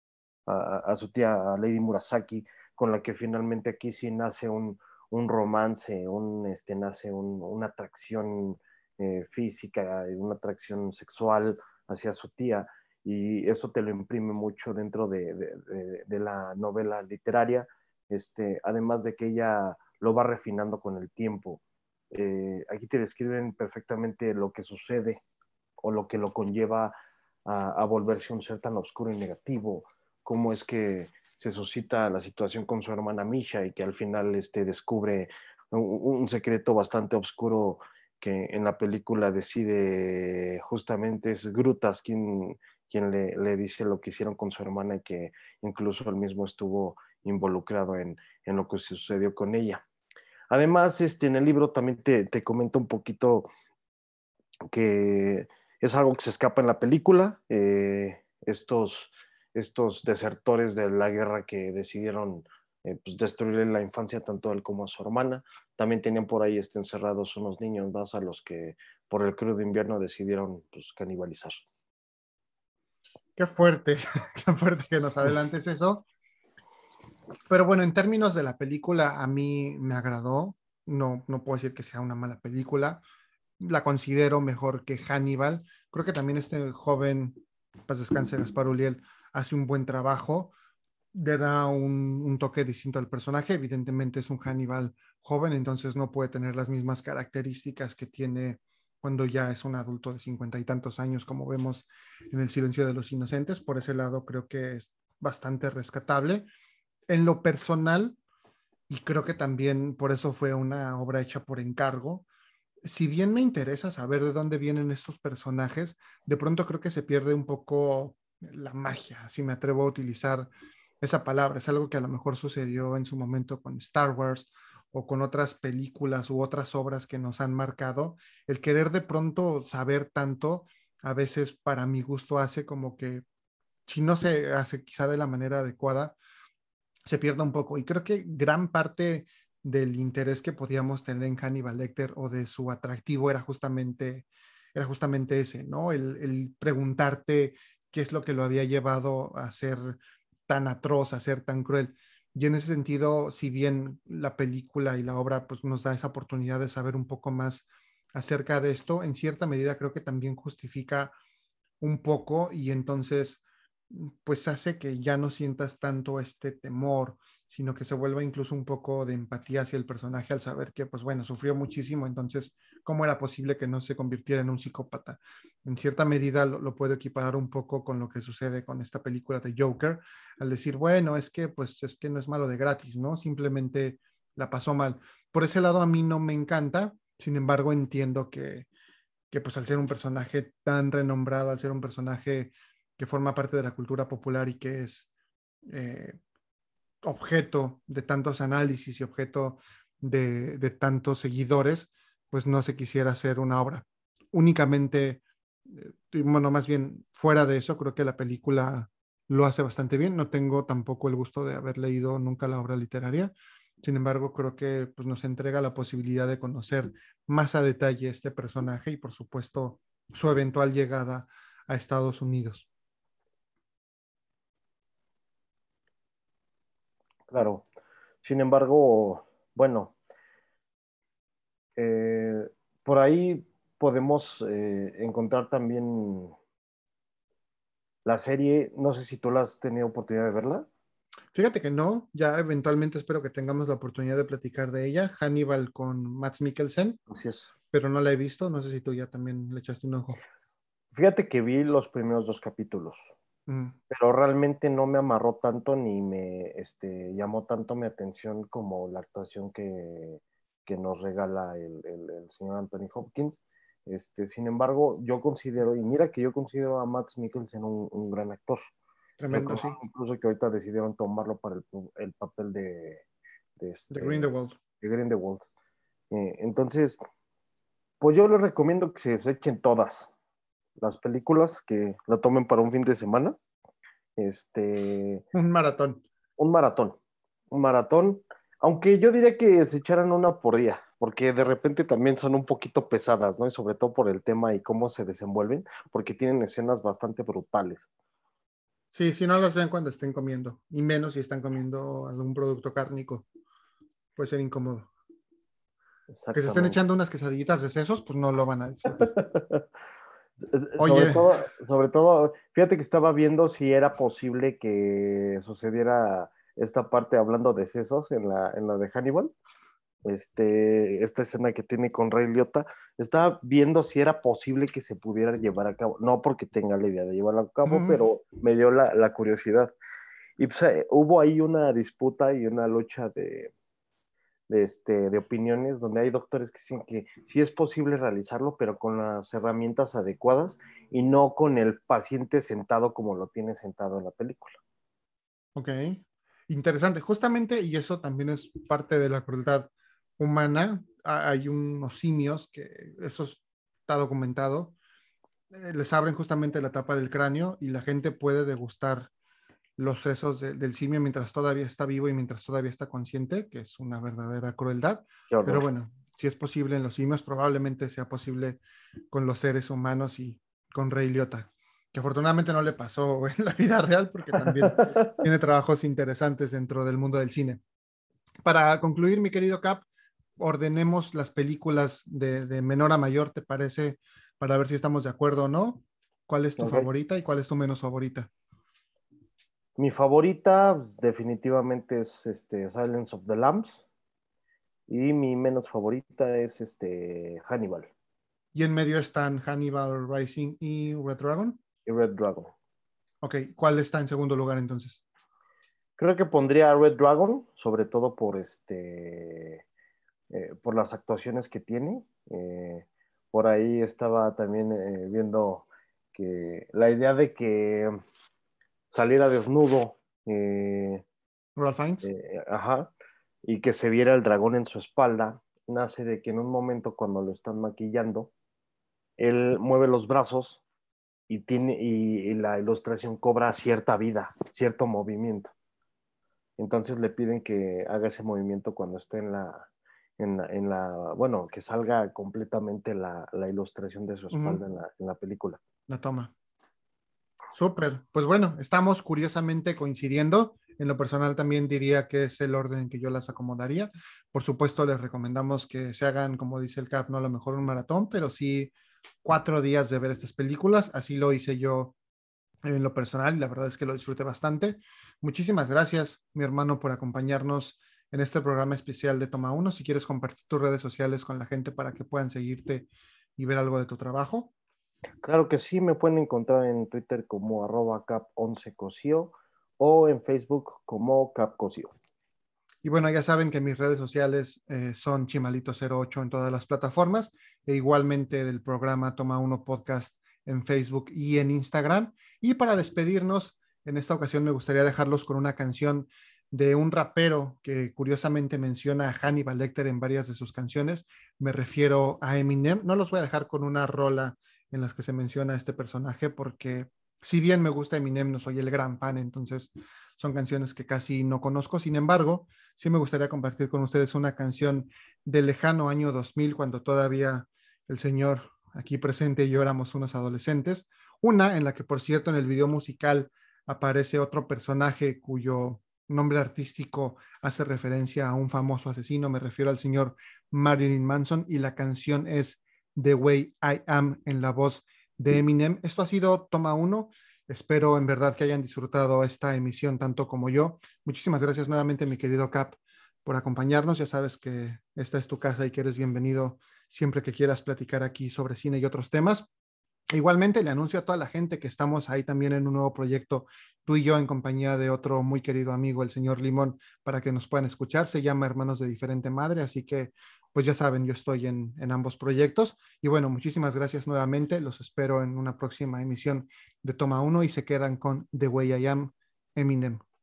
a su tía, a Lady Murasaki, con la que finalmente aquí sí nace un romance, nace una atracción física, una atracción sexual hacia su tía, y eso te lo imprime mucho dentro de la novela literaria, además de que ella lo va refinando con el tiempo. Aquí te describen perfectamente lo que sucede o lo que lo conlleva a volverse un ser tan oscuro y negativo, cómo es que se suscita la situación con su hermana Misha y que al final descubre un secreto bastante oscuro que en la película decide justamente es Grutas quien le dice lo que hicieron con su hermana y que incluso él mismo estuvo involucrado en lo que sucedió con ella. Además, en el libro también te comenta un poquito que es algo que se escapa en la película. Estos desertores de la guerra que decidieron pues destruir la infancia tanto a él como a su hermana. También tenían por ahí encerrados unos niños más a los que por el crudo invierno decidieron pues, canibalizar. Qué fuerte, qué fuerte que nos adelantes eso. Pero bueno, en términos de la película, a mí me agradó. No, no puedo decir que sea una mala película. La considero mejor que Hannibal. Creo que también este joven, paz descanse, Gaspar Ulliel, hace un buen trabajo. Le da un toque distinto al personaje. Evidentemente es un Hannibal joven, entonces no puede tener las mismas características que tiene cuando ya es un adulto de 50 y tantos años, como vemos en El Silencio de los Inocentes. Por ese lado creo que es bastante rescatable. En lo personal, y creo que también por eso fue una obra hecha por encargo, si bien me interesa saber de dónde vienen estos personajes, de pronto creo que se pierde un poco la magia, si me atrevo a utilizar esa palabra. Es algo que a lo mejor sucedió en su momento con Star Wars o con otras películas u otras obras que nos han marcado. El querer de pronto saber tanto, a veces para mi gusto hace como que, si no se hace quizá de la manera adecuada, se pierda un poco. Y creo que gran parte del interés que podíamos tener en Hannibal Lecter o de su atractivo era justamente ese, ¿no? El preguntarte qué es lo que lo había llevado a ser tan atroz, a ser tan cruel. Y en ese sentido, si bien la película y la obra pues, nos da esa oportunidad de saber un poco más acerca de esto, en cierta medida creo que también justifica un poco y entonces pues hace que ya no sientas tanto este temor, sino que se vuelva incluso un poco de empatía hacia el personaje al saber que, pues bueno, sufrió muchísimo, entonces, ¿cómo era posible que no se convirtiera en un psicópata? En cierta medida lo puedo equiparar un poco con lo que sucede con esta película de Joker, al decir, bueno, es que, pues, es que no es malo de gratis, ¿no? Simplemente la pasó mal. Por ese lado a mí no me encanta, sin embargo entiendo que pues al ser un personaje tan renombrado, al ser un personaje que forma parte de la cultura popular y que es eh, objeto de tantos análisis y objeto de tantos seguidores, pues no se quisiera hacer una obra. Únicamente, bueno, más bien fuera de eso, creo que la película lo hace bastante bien. No tengo tampoco el gusto de haber leído nunca la obra literaria. Sin embargo, creo que pues, nos entrega la posibilidad de conocer más a detalle este personaje y, por supuesto, su eventual llegada a Estados Unidos. claro. Sin embargo, bueno, eh, por ahí podemos encontrar también la serie, no sé si tú la has tenido oportunidad de verla. Fíjate que no, ya eventualmente espero que tengamos la oportunidad de platicar de ella. Hannibal con Mads Mikkelsen, Así es. pero no la he visto. No sé si tú ya también le echaste un ojo. Fíjate que vi los primeros dos capítulos, Mm, pero realmente no me amarró tanto ni me llamó tanto mi atención como la actuación que nos regala el señor Anthony Hopkins. Sin embargo, yo considero, y mira que yo considero a Mads Mikkelsen un gran actor. tremendo, Reconozco sí. incluso que ahorita decidieron tomarlo para el papel de, The este, Grindelwald. de Grindelwald. Entonces, pues yo les recomiendo que se echen todas las películas, que la tomen para un fin de semana. Este, Un maratón. un maratón, un maratón, aunque yo diría que se echaran una por día, porque de repente también son un poquito pesadas, ¿no? Y sobre todo por el tema y cómo se desenvuelven, porque tienen escenas bastante brutales. Sí, si no las ven cuando estén comiendo, y menos si están comiendo algún producto cárnico, puede ser incómodo. Que se estén Exactamente. echando unas quesadillitas de sesos, pues no lo van a disfrutar. Sobre Oye, todo, sobre todo, fíjate que estaba viendo si era posible que sucediera esta parte hablando de sesos en la de Hannibal, esta escena que tiene con Ray Liotta, estaba viendo si era posible que se pudiera llevar a cabo, no porque tenga la idea de llevarla a cabo, mm, pero me dio la curiosidad. Y pues, hubo ahí una disputa y una lucha de opiniones, donde hay doctores que dicen que sí es posible realizarlo, pero con las herramientas adecuadas y no con el paciente sentado como lo tiene sentado en la película. ok, interesante. Justamente, y eso también es parte de la crueldad humana. Hay unos simios que eso está documentado. Les abren justamente la tapa del cráneo y la gente puede degustar los sesos del simio mientras todavía está vivo y mientras todavía está consciente, que es una verdadera crueldad. Qué Pero horror. bueno, si es posible en los simios, probablemente sea posible con los seres humanos y con Ray Liotta, que afortunadamente no le pasó en la vida real porque también tiene trabajos interesantes dentro del mundo del cine. Para concluir, mi querido Cap, ordenemos las películas de menor a mayor, ¿te parece? Para ver si estamos de acuerdo o no. ¿Cuál es tu Ok. favorita y cuál es tu menos favorita? Mi favorita pues, definitivamente es Silence of the Lambs y mi menos favorita es Hannibal Y en medio están Hannibal Rising y Red Dragon. y Red Dragon. Ok, ¿cuál está en segundo lugar entonces? Creo que pondría a Red Dragon, sobre todo por las actuaciones que tiene. Por ahí estaba también viendo que la idea de que saliera desnudo, Ralph Fiennes. ajá, y que se viera el dragón en su espalda, nace de que en un momento cuando lo están maquillando, él mueve los brazos y la ilustración cobra cierta vida, cierto movimiento. Entonces le piden que haga ese movimiento cuando esté bueno, que salga completamente la ilustración de su Ujú, espalda en la película. la toma. Súper. Pues bueno, estamos curiosamente coincidiendo. En lo personal también diría que es el orden en que yo las acomodaría. Por supuesto, les recomendamos que se hagan, como dice el Cap, no a lo mejor un maratón, pero sí 4 días de ver estas películas. Así lo hice yo en lo personal y la verdad es que lo disfruté bastante. Muchísimas gracias, mi hermano, por acompañarnos en este programa especial de Toma Uno. Si quieres compartir tus redes sociales con la gente para que puedan seguirte y ver algo de tu trabajo. Claro que sí, me pueden encontrar en Twitter como @cap11cosio o en Facebook como capcosio. Y bueno, ya saben que mis redes sociales son Chimalito08 en todas las plataformas e igualmente del programa Toma Uno Podcast en Facebook y en Instagram. Y para despedirnos, en esta ocasión me gustaría dejarlos con una canción de un rapero que curiosamente menciona a Hannibal Lecter en varias de sus canciones. Me refiero a Eminem. No los voy a dejar con una rola en las que se menciona a este personaje porque si bien me gusta Eminem, no soy el gran fan, entonces son canciones que casi no conozco. Sin embargo, sí me gustaría compartir con ustedes una canción del lejano año 2000, cuando todavía el señor aquí presente y yo éramos unos adolescentes. Una en la que, por cierto, en el video musical aparece otro personaje cuyo nombre artístico hace referencia a un famoso asesino, me refiero al señor Marilyn Manson, y la canción es The Way I Am en la voz de Eminem. Esto ha sido toma uno. Espero en verdad que hayan disfrutado esta emisión tanto como yo. Muchísimas gracias nuevamente, mi querido Cap, por acompañarnos. Ya sabes que esta es tu casa y que eres bienvenido siempre que quieras platicar aquí sobre cine y otros temas. Igualmente le anuncio a toda la gente que estamos ahí también en un nuevo proyecto, tú y yo en compañía de otro muy querido amigo, el señor Limón, para que nos puedan escuchar. Se llama Hermanos de Diferente Madre, así que pues ya saben, yo estoy en ambos proyectos. Y bueno, muchísimas gracias nuevamente. Los espero en una próxima emisión de Toma Uno y se quedan con The Way I Am, Eminem.